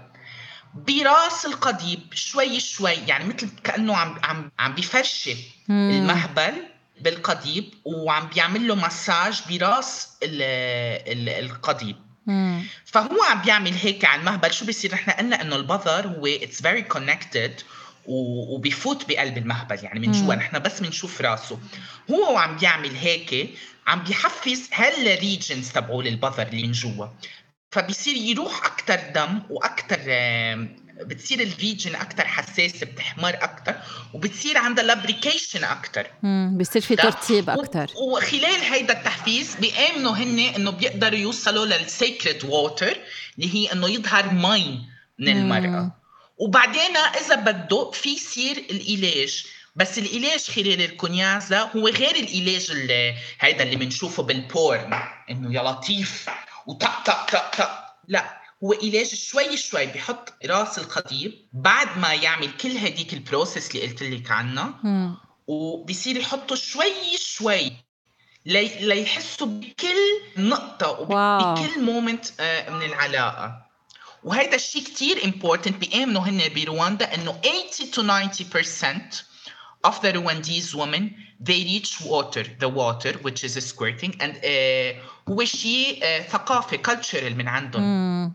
براس القضيب شوي شوي، يعني مثل كأنه عم عم عم بيفرشي مم. المهبل بالقضيب وعم بيعمل له مساج براس ال ال القضيب. مم. فهو عم بيعمل هيك على المهبل. شو بيصير؟ نحن قلنا انه البذر هو it's very connected و- وبيفوت بقلب المهبل، يعني من جوا مم. نحن بس بنشوف راسه. هو عم بيعمل هيك عم بيحفز هالريجنز تبعول البذر اللي من جوا، فبيصير يروح اكثر دم واكثر بتصير الريجن اكثر حساسه، بتحمر اكثر وبتصير عندها لابريكيشن اكثر. مم. بيصير في ترطيب أكتر. وخلال هيدا التحفيز بيآمنوا هن انه بيقدروا يوصلوا للسيكريت ووتر اللي هي انه يظهر مي من المرأة. وبعدين اذا بده في يصير العلاج، بس العلاج خلال الكونيازا هو غير العلاج اللي هيدا اللي بنشوفه بالبورن انه يا لطيف وطق طق طق طق. لا، هو علاج شوي شوي، بيحط راس القضيب بعد ما يعمل كل هديك البروسيس اللي قلت لك عنها، مم. وبيصير يحطه شوي شوي لي ليحسوا بكل نقطة واو. وبكل مومنت من العلاقة. وهيدا الشيء كتير important. بيآمنوا هن برواندا انه eighty to ninety percent of the Rwandese women they reach water the water which is squirting and uh, هو شيء uh, ثقافي cultural من عندهم. مم.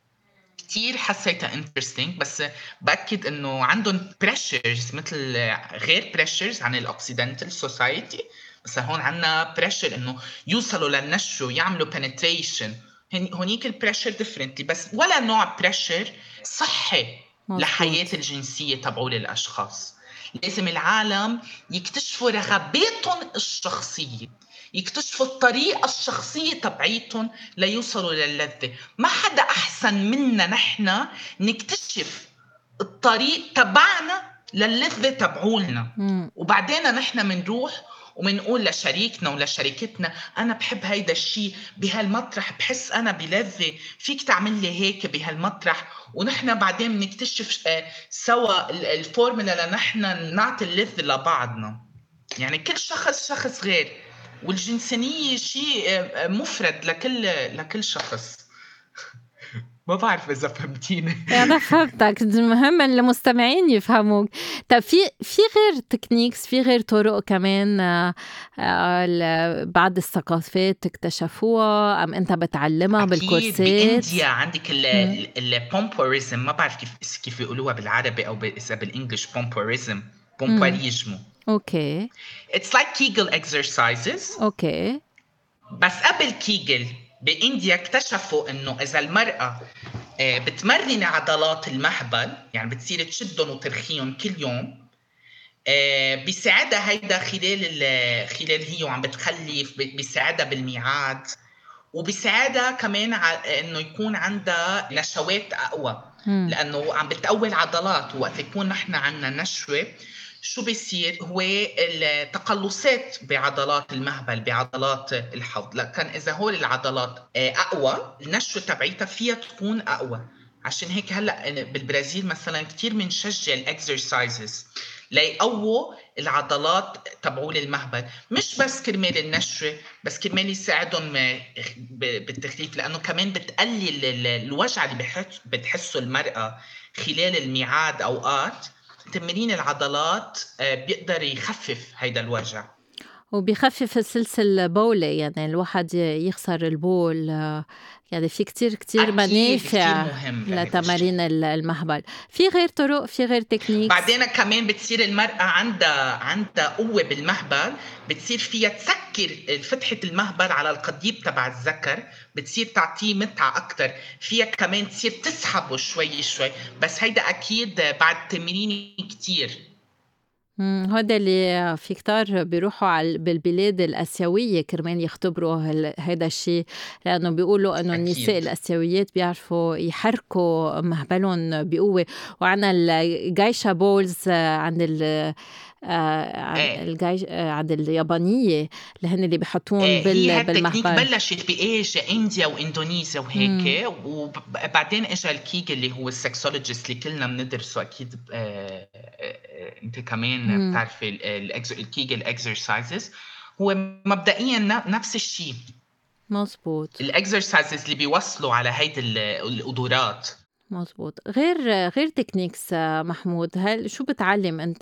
كتير حسيتها interesting. بس بأكد انه عندهم pressures مثل غير pressures عن الاوكسيدنتال society. بس هون عنا pressure انه يوصلوا للنشو يعملوا penetration، هونيك البريشر differently. بس ولا نوع pressure صحي مزبوط. لحياة الجنسية تبعول الاشخاص. لازم العالم يكتشفوا رغباتهم الشخصية، يكتشفوا الطريقة الشخصية تبعيتهم ليوصلوا للذة. ما حدا أحسن منا نحن نكتشف الطريق تبعنا للذة تبعولنا. مم. وبعدين نحن منروح ومنقول لشريكنا ولشريكتنا أنا بحب هيدا الشيء بهالمطرح، بحس أنا بلذة، فيك تعمل لي هيك بهالمطرح. ونحن بعدين بنكتشف آه، سوا ال- الفورمولا لنحن نعطي اللذة لبعضنا. يعني كل شخص شخص غير، والجنسانية شيء آه، آه، مفرد لكل لكل شخص. ما بعرف إذا فهمتيني. أنا فهمتك. المهم إن المستمعين يفهموك. طب في في غير تكنيكس، في غير طرق كمان آه، آه، ال- بعض الثقافات اكتشفوها أم أنت بتعلمها أكيد بالكورسات؟ بإنديا عندك مم. البومبوريزم، ما بعرف كيف كيف يقولوها بالعربي أو ب- إذا بالإنجليش بومبوريزم مم. بومباريزمو. أوكي. It's like Kegel exercises. أوكي. بس قبل كيجل بإنديا اكتشفوا إنه إذا المرأة آه، بتمرن عضلات المهبل، يعني بتصير تشدهم وترخيهم كل يوم، آه، بيساعدها هيدا خلال ال- خلال هي وعم بتخلف، بي- بيساعدها بالميعاد، وبيساعدها كمان ع- انه يكون عندها نشوات اقوى، مم. لانه عم بتقوي العضلات. وقت يكون نحن عندنا نشوه شو بيصير؟ هو التقلصات بعضلات المهبل بعضلات الحوض، لكن اذا هول العضلات آه، اقوى النشوه تبعيتها فيها تكون اقوى. عشان هيك هلأ بالبرازيل مثلا كتير منشجع الإكسرسايزز ليقووا العضلات تبعول المهبل، مش بس كرمال النشوة بس كرمال يساعدهم بالتخفيف، لأنه كمان بتقلل الوجع اللي بتحسه المرأة خلال الميعاد. أوقات تمرين العضلات بيقدر يخفف هيدا الوجع وبيخفف السلسلة البولي، يعني الواحد يخسر البول. يعني في كتير كتير منافع لتمارين المهبل. في غير طرق، في غير تكنيك. بعدين كمان بتصير المرأة عندها عندها قوة بالمهبل، بتصير فيها تسكر فتحة المهبل على القضيب تبع الذكر، بتصير تعطيه متعة أكتر، فيها كمان تصير تسحبه شوي شوي، بس هيدا أكيد بعد تمرين كتير. امم هذا اللي في كتار بيروحوا على بالبلاد الآسيوية كرمال يختبروا هذا الشيء، لأنه بيقولوا إنه النساء الآسيويات بيعرفوا يحركوا مهبلهم بقوة. وعنا الجايشا بولز عند ال ايه. الجايش عند اليابانية اللي هن اللي بيحطون ايه بال بالمهبل. هي بلشت بإيجا إنديا وإندونيسيا وهيك، وبعدين إجا الكيج اللي هو السكسولوجيست اللي كلنا بندرسه أكيد. اه اه أنت كمان بتعرفي الكيج الإكسرسايزز هو مبدئيا نفس الشيء. مزبوط. الإكسرسايزز اللي بيوصلوا على هيدي القدرات. مزبوط. غير غير تكنيكس محمود، هل شو بتعلم أنت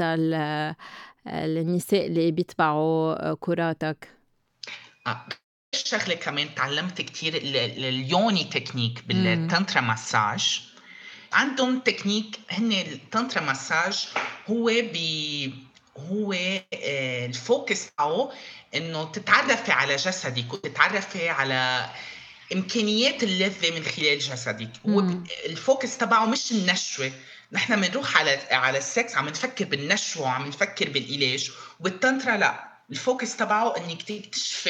النساء اللي بيتبعوا كوراتك؟ آه. الشغلة كمان تعلمت كتير اليوني تكنيك بالتانترا مساج. عندهم تكنيك هن التانترا مساج هو بي هو آه الفوكس تاعه انه تتعرفي على جسدك وتتعرفي على امكانيات اللذة من خلال جسدك. هو الفوكس تبعه مش النشوة. نحن بنروح على على السكس عم نفكر بالنشوة وعم نفكر بالعلاج، وبالتانترا لا، الفوكس تبعه انك تكتشفي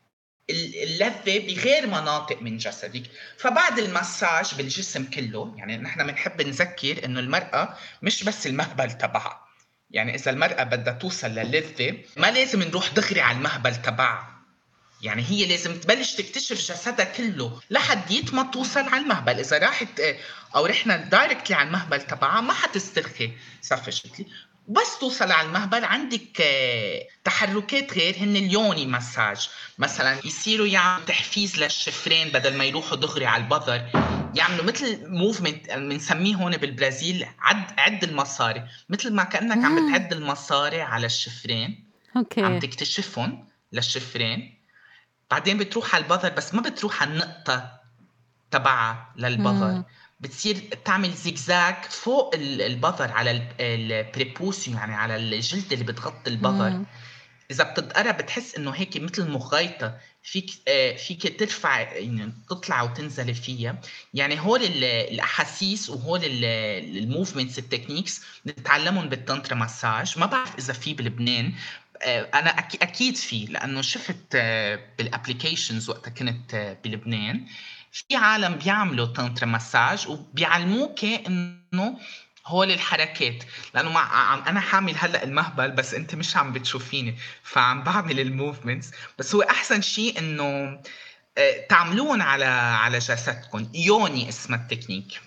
اللذة بغير مناطق من جسدك. فبعد المساج بالجسم كله، يعني نحن بنحب نذكر انه المرأة مش بس المهبل تبعها، يعني اذا المرأة بدها توصل للذة ما لازم نروح دغري على المهبل تبعها، يعني هي لازم تبلش تكتشف جسدها كله لحد ما توصل على المهبل. اذا راحت او رحنا دايركتلي على المهبل تبعها ما حتسترخي sufficiently. بس توصل على المهبل عندك تحركات غير هن اليوني مساج، مثلا يصيروا يعملوا تحفيز للشفرين بدل ما يروحوا دغري على البظر، يعملوا مثل موفمنت بنسميه هون بالبرازيل عد عد المصاري، مثل ما كأنك عم بتعد المصاري على الشفرين. اوكي. عم تكتشفهم للشفرين، بعدين بتروح على البظر بس ما بتروح على النقطة تبعها للبظر، بتصير تعمل زيكزاك فوق البظر على البريبوسيوم، يعني على الجلد اللي بتغطي البظر. إذا بتتقرب بتحس إنه هيك مثل مخيطة فيك فيك ترفع، يعني تطلع وتنزل فيها. يعني هول الأحاسيس وهول الموفمنتس التكنيكس نتعلمهم بالتانترا مساج. ما بعرف إذا في بلبنان، أنا أكيد في، لأنه شفت بالأبليكيشنز وقت كنت بلبنان في عالم بيعملوا تانترا مساج وبيعلموك إنه هول الحركات، لأنه مع أنا حامل هلأ المهبل بس أنت مش عم بتشوفيني فعم بعمل الموفمنتس. بس هو أحسن شيء إنه تعملون على على جسدكم. يوني اسمها التكنيك.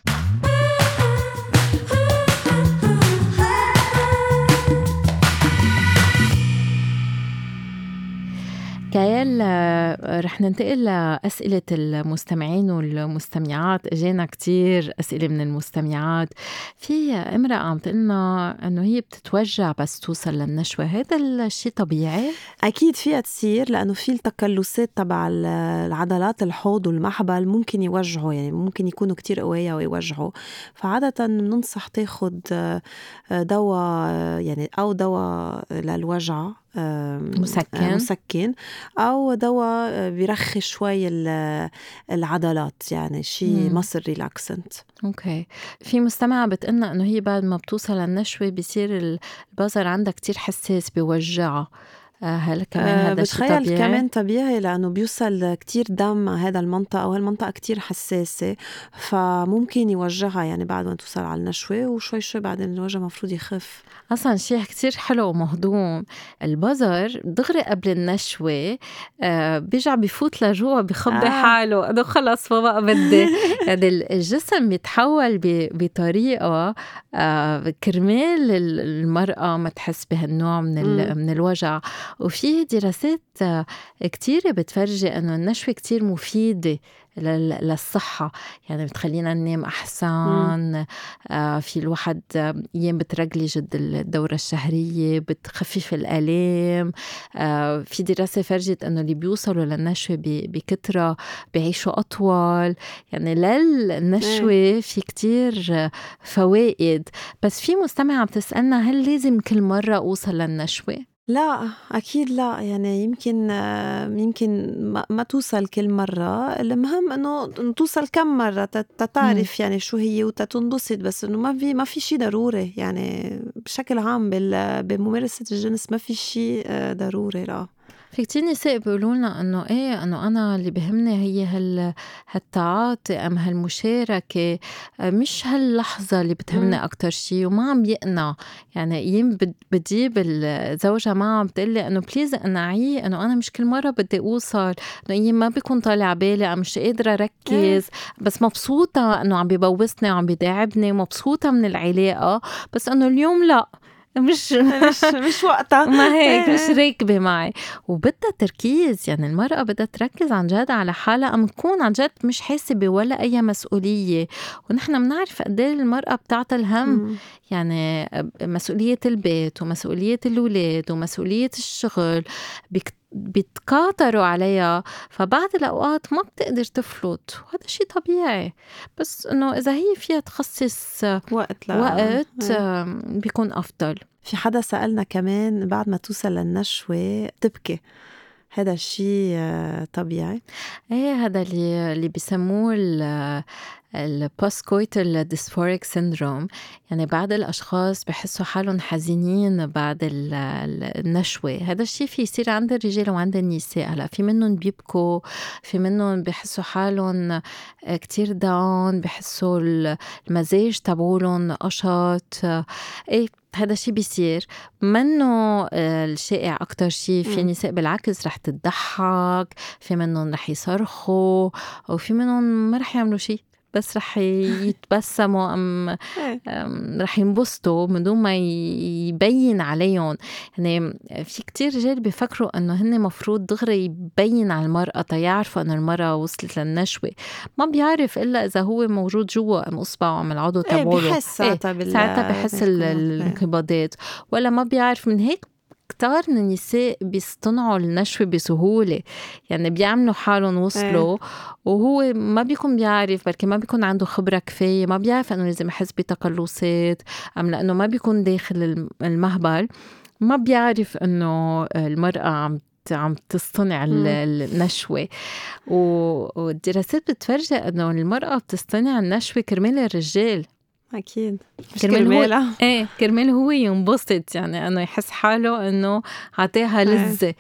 كيال، رح ننتقل لأسئلة المستمعين والمستمعات. اجينا كتير أسئلة من المستمعات. في امرأة عم تقلنا أنه هي بتتوجع بس توصل للنشوة، هذا الشيء طبيعي؟ أكيد فيها تصير، لأنه في التكلسات تبع العضلات الحوض والمحبل ممكن يوجعوا، يعني ممكن يكونوا كتير قوية ويوجعوا. فعادة ننصح تاخد دواء، يعني أو دواء للوجع مسكن مسكن أو دواء بيرخي شوي العضلات، يعني شيء مصر ريلاكسنت. اوكي. في مستمعة بتقلنا انه هي بعد ما بتوصل للنشوة بيصير البظر عندها كتير حساس بيوجعها، هل كمان آه، هذا شيء بتخيل طبيعي؟ كمان طبيعي لأنه بيوصل كتير دم على هذا المنطقة، وهي المنطقة كتير حساسة، فممكن يوجعها يعني بعد ما توصل على النشوة، وشوي شوي بعدين الوجع مفروض يخف. أصلا شيء كتير حلو ومهضوم، البزر دغري قبل النشوة آه بيرجع بفوت لجوا بخبي آه. حاله أنه خلص ما بقى بدي. يعني الجسم بيتحول ب- بطريقة آه كرمال ال- المرأة ما تحس بهالنوع من, ال- من الوجع. وفي دراسات آه كتيرة بتفرجي أنه النشوة كتير مفيدة لل- للصحة، يعني بتخلينا ننام أحسن. آه في الواحد أيام بترجلج الدورة الشهرية، بتخفف الآلام. آه في دراسة فرجت أنه اللي بيوصلوا للنشوة ب- بكترة بيعيشوا أطول. يعني للنشوة في كتير فوائد. بس في مستمع عم تسألنا هل لازم كل مرة أوصل للنشوة؟ لا أكيد لا، يعني يمكن آه، يمكن ما, ما توصل كل مرة، المهم إنه توصل كم مرة تت- تتعرف يعني شو هي وتتنبسط، بس إنه ما في ما في شيء ضروري يعني بشكل عام بال- بممارسة الجنس ما في شيء آه، ضروري. لا في كتير نساء بيقولوا لنا انه ايه انه انا اللي بهمني هي هال هالتعاطي ام هالمشاركه، آه، مش هاللحظه اللي بتهمني مم. اكتر شيء، وما عم يقنع. يعني ايام بد- بتجيب الزوجه معها عم بتقلي انه بليز اقنعيه انه انا مش كل مره بدي اوصل، انه ايام ما بيكون طالع بالي، أنا مش قادره اركز، بس مبسوطه انه عم بيبوسني وعم بيداعبني، مبسوطه من العلاقه، بس انه اليوم لا، مش مش مش وقتها. ما هيك مش راكبة معي. وبدها تركيز، يعني المرأة بدها تركز عن جد على حالها، أم تكون عن جد مش حاسة بولا أي مسؤولية. ونحن بنعرف قد ايه المرأة بتعطي الهم، مم. يعني مسؤولية البيت ومسؤولية الأولاد ومسؤولية الشغل بيك- بيتكاثروا عليها، فبعض الأوقات ما بتقدر تفلت، وهذا شيء طبيعي. بس إنه إذا هي فيها تخصص وقت لا وقت إيه. آم، بيكون أفضل. في حدا سألنا كمان بعد ما توصل للنشوة تبكي، هذا الشيء آه، طبيعي؟ ايه هذا اللي اللي بيسموه البوست-كويتال ديسفوريك سيندروم. يعني بعض الاشخاص بحسوا حالهم حزينين بعد ال- ال- النشوه. هذا الشيء في يصير عند الرجال وعند النساء. هلا في منهم بيبكوا، في منهم بحسوا حالهم كتير داون، بحسوا المزاج تبعولهم قشط. ايه هذا الشيء بيصير منه آه، الشائع. أكتر شيء في مم. نساء بالعكس رح تضحك، في منهم رح يصرخوا، وفي منهم ما رح يعملوا شيء، بس رح يتبسموا أم إيه. أم رح ينبسطوا من دون ما ي- يبين عليهم. يعني في كتير رجال بيفكروا انه هن مفروض دغري يبين على المرأة تيعرفوا انه المرأة وصلت للنشوة. ما بيعرف الا اذا هو موجود جوا ام اصبعه ام العضو ايه تبعوله. بحس ساعتها بال ساعتها بحس ال- بالانقباض. إيه. الانقباضات، ولا ما بيعرف. من هيك كتار من النساء بيصطنعوا النشوة بسهولة، يعني بيعملوا حالهم وصلوا وهو ما بيكون بيعرف، بركي ما بيكون عنده خبرة كفاية، ما بيعرف أنه لازم يحس بتقلصات، أم لأنه ما بيكون داخل الم- المهبل، ما بيعرف أنه المرأة عم عم تصطنع ال- مم. النشوة. و- والدراسات بتفرجي أنه المرأة بتصطنع النشوة كرمال الرجال، اكيد مش كرمال هو كرمالها. ايه كرمال هو ينبسط، يعني انه يحس حاله انه عطيها لذة.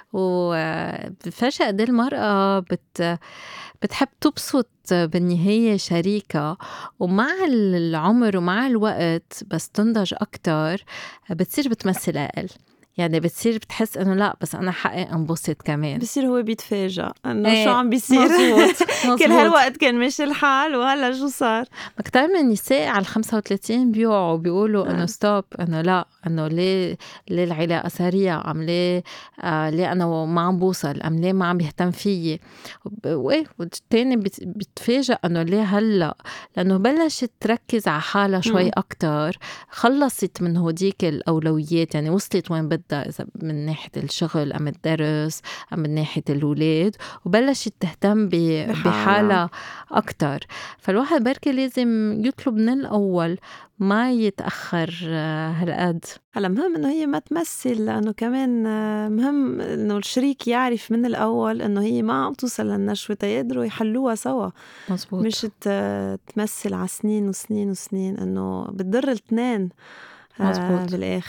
وفجأة قد إيه المرأة بت بتحب تبسط بالنهاية شريكة، ومع العمر ومع الوقت بس تنضج أكتر بتصير بتمثل أقل. يعني بتصير بتحس انه لا بس انا حقي انبسط كمان. بصير هو بيتفاجأ انه ايه شو عم بيصير. مزبوط كل مزبوط. هالوقت كان ماشي الحال وهلا شو صار. كتير من النساء على الخمسة وثلاثين بيوعوا بيقولوا انه آه. ستوب، انه لا، انه ليه ليه العلاقة سريعة، ام ليه آه ليه انا ما عم بوصل، ام ليه ما عم بيهتم فيي. وب- وايه والتاني بت- بتفاجأ انه ليه هلا، لانه بلشت تركز على حالها شوي مم. اكتر، خلصت من هوديك الاولويات، يعني وصلت وين بدها، اذا من ناحية الشغل ام الدرس ام من ناحية الاولاد، وبلشت تهتم ب- بحالها. بحالها اكتر. فالواحد بركي لازم يطلب من الأول، ما يتأخر آه، هالقد. هلا مهم انه هي ما تمثل، لانه كمان آه، مهم انه الشريك يعرف من الاول انه هي ما عم توصل للنشوة يقدروا يحلوها سوا، مزبوط. مش ت- تمثل على سنين وسنين وسنين، انه بتضر الاثنين آه مزبوط. بالاخر.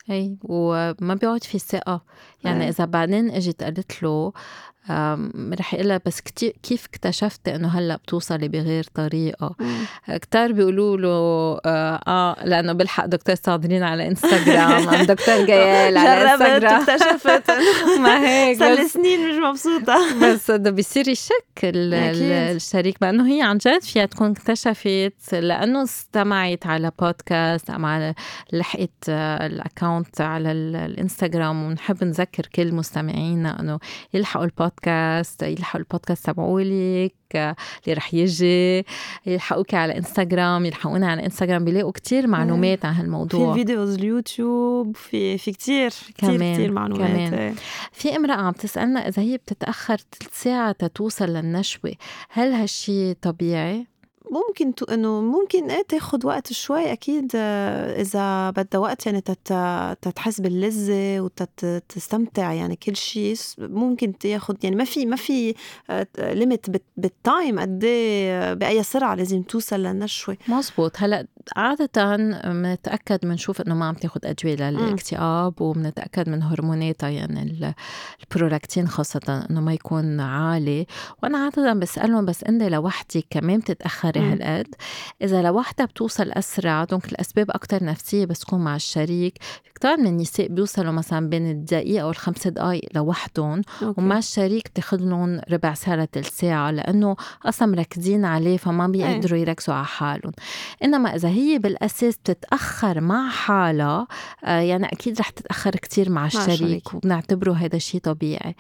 اي وما بيقعد في ثقة يعني. إيه. إذا بعدين اجت قالت له آم، رح يقولها بس كتير كيف اكتشفت انه هلا بتوصلي بغير طريقة. مم. كتار بيقولوا له آه, اه لانه بلحق دكتور صادرين على انستغرام ام دكتور جيال على جربت انستغرام واكتشفت إنه ما هيك صار لي بس سنين مش مبسوطة. بس ده بيصير يشك ال- ال- أكيد. الشريك مع انه هي عن جد فيها تكون اكتشفت لانه استمعت على بودكاست ام على لحقت آه، الاكاونت على ال- الانستغرام. ونحب نذكر كل مستمعينا انه يلحقوا البودكاست يلحقوا البودكاست تبعولك آه، اللي رح يجي، يلحقوك على انستغرام، يلحقونا على انستغرام بيلاقوا كتير معلومات عن في هالموضوع. الفيديوز اليوتيوب في في كتير كتير كمان- كتير معلومات. كمان. إيه. في امرأة عم تسألنا إذا هي بتتأخر ثلث ساعة تتوصل للنشوة، هل هالشي طبيعي؟ ممكن تو انه ممكن ايه تاخد وقت شوي اكيد، آه، اذا بدها وقت يعني تت تتحس باللذة وتستمتع يعني كل شيء ممكن تاخد يعني ما في ما في ليميت بالتايم قد ايه باي سرعة لازم توصل للنشوة. مزبوط. هلا عادة بنتأكد منشوف إنه ما عم تاخد أدوية للاكتئاب وبنتأكد من هرموناتها يعني ال- البرولاكتين خاصة إنه ما يكون عالي. وأنا عادة بسألهم بس أنت لوحدك كمان بتتأخري مم. هالقد؟ إذا لوحدها بتوصل أسرع دونك الأسباب أكتر نفسية بس تكون مع الشريك. في كتار من النساء بيوصلوا مثلا بين الدقيقة والخمس دقايق لوحدهم أوكي. ومع الشريك بتاخدلهم ربع ساعة تلت ساعة لأنه أصلا مركزين عليه فما بيقدروا يركزوا على حالهم. إنما إذا هي بالأساس بتتأخر مع حالها آه يعني أكيد رح تتأخر كتير مع الشريك, الشريك. وبنعتبره هذا الشيء طبيعي.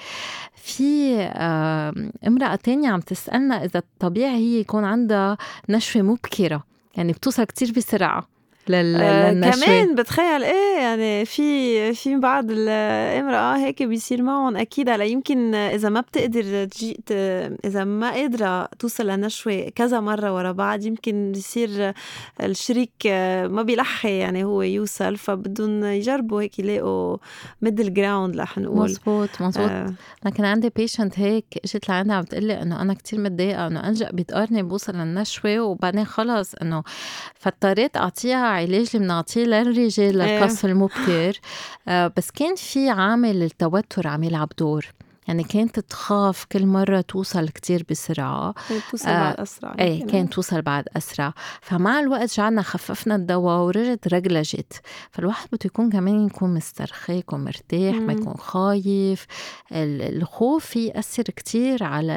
في آه امرأة تانية عم تسألنا إذا طبيعي هي يكون عندها نشوة مبكرة يعني بتوصل كتير بسرعة لل... آه للنشوة. كمان بتخيل ايه يعني في في بعض الامرأة هيك بيصير معهم اكيد. على يمكن اذا ما بتقدر تجي ت... اذا ما قادرة توصل لنشوة كذا مرة ورا بعض يمكن يصير الشريك ما بيلحق يعني هو يوصل، فبدهم يجربوا هيك يلاقوا ميدل جراوند رح نقول. مزبوط مزبوط. آه. لكن عندي بيشنت هيك اجت لعندها عم بتقلي انه انا كتير متضايقه انه انجأ بيتقارني بوصل للنشوه وبعدين خلص انه فاضطريت اعطيها علاج اللي بنعطيه للرجال للقص المبكر. آه بس كان في عامل التوتر عم يلعب دور يعني كانت تخاف كل مرة توصل كتير بسرعة. كانت توصل آه بعد أسرع. ايه كانت توصل بعد أسرع. فمع الوقت جعلنا خففنا الدواء ورجت رجلجت. فالواحد بده يكون كمان يكون مسترخي يكون مرتاح مم. ما يكون خايف. الخوف يأثر كتير على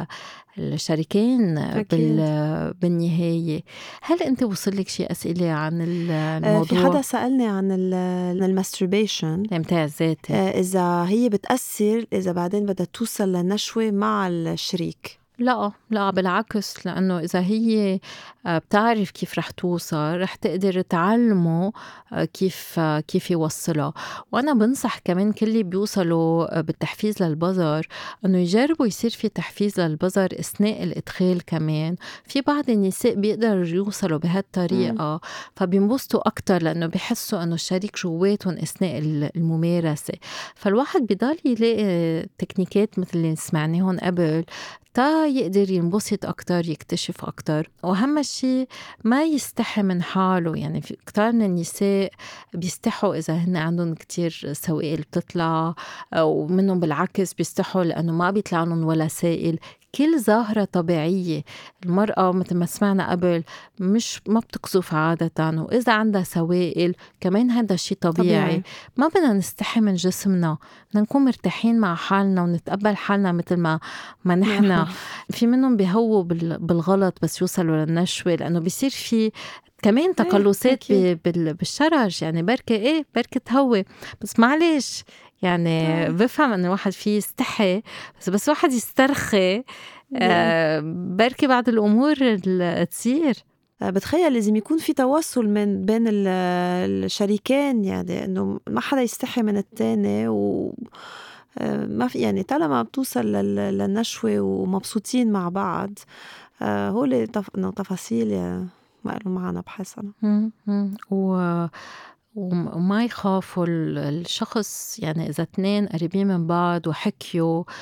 الشريكين بال... بالنهاية. هل أنت وصل لك شيء أسئلة عن الموضوع؟ في حدا سألني عن الماستربيشن الامتاع الذاتي إذا هي بتأثر إذا بعدين بدها توصل للنشوة مع الشريك. لا لا بالعكس، لأنه إذا هي بتعرف كيف رح توصل رح تقدر تعلمه كيف كيف يوصلها. وأنا بنصح كمان كل اللي بيوصلوا بالتحفيز للبظر أنه يجربوا يصير في تحفيز للبظر أثناء الإدخال. كمان في بعض النساء بيقدروا يوصلوا بهالطريقة فبينبسطوا أكتر لأنه بيحسوا أنه الشريك جواتهم أثناء الممارسة. فالواحد بيضل يلاقي تكنيكات مثل اللي سمعناهم قبل تا يقدر ينبسط أكتر يكتشف أكتر. وأهم شيء ما يستحي من حاله. يعني في كتار من النساء بيستحوا إذا هن عندهم كتير سوائل بتطلع ومنهم بالعكس بيستحوا لأنه ما بيطلع لهم ولا سائل. كل ظاهرة طبيعية. المرأة مثل ما سمعنا قبل مش ما بتقذف عادة وإذا عندها سوائل كمان هذا الشيء طبيعي, طبيعي. ما بدنا نستحي من جسمنا، بدنا نكون مرتاحين مع حالنا ونتقبل حالنا مثل ما ما نحن. في منهم بيهووا بالغلط بس يوصلوا للنشوة لأنه بيصير في كمان تقلصات بالشرج يعني بركة إيه بركة تهوي بس معلش يعني بفهم أن الواحد فيه يستحي بس بس واحد يسترخي آه بركة بعض الأمور تصير. بتخيل لازم يكون في تواصل من بين الشريكين يعني إنه ما حدا يستحي من التاني و ما في يعني طالما بتوصل للنشوة ومبسوطين مع بعض. هو اللي تفاصيل يعني ما قالوا معنا بحس أنا و وما يخافوا الشخص يعني إذا اثنين قريبين من بعض وحكيوا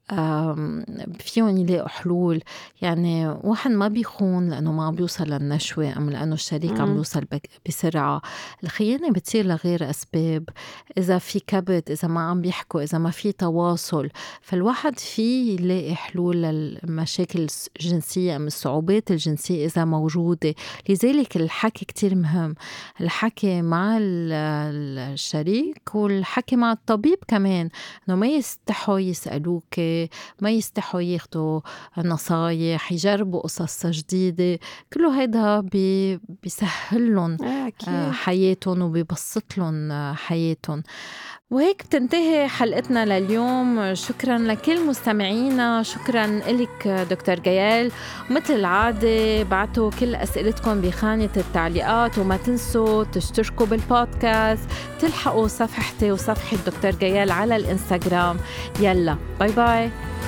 فيهم يلاقوا حلول. يعني واحد ما بيخون لأنه ما بيوصل للنشوة أم لأنه الشريك عم بيوصل بسرعة. الخيانة بتصير لغير أسباب، إذا في كبت، إذا ما عم بيحكوا، إذا ما في تواصل. فالواحد فيه يلاقي حلول للمشاكل الجنسية أم الصعوبات الجنسية إذا موجودة. لذلك الحكي كتير مهم، الحكي مع الشريك والحكي مع الطبيب كمان، إنه ما يستحوا يسألوك، ما يستحوا ياخدوا نصايح، يجربوا قصص جديدة. كله هيدا بي بيسهل لهم حياتهم وبيبسط لهم حياتهم. وهيك بتنتهي حلقتنا لليوم. شكرا لكل مستمعينا، شكرا لك دكتور جيال. مثل العادة بعتوا كل أسئلتكم بخانة التعليقات، وما تنسوا تشتركوا بالبودكاست، تلحقوا صفحتي وصفحة دكتور جيال على الإنستغرام. يلا باي باي.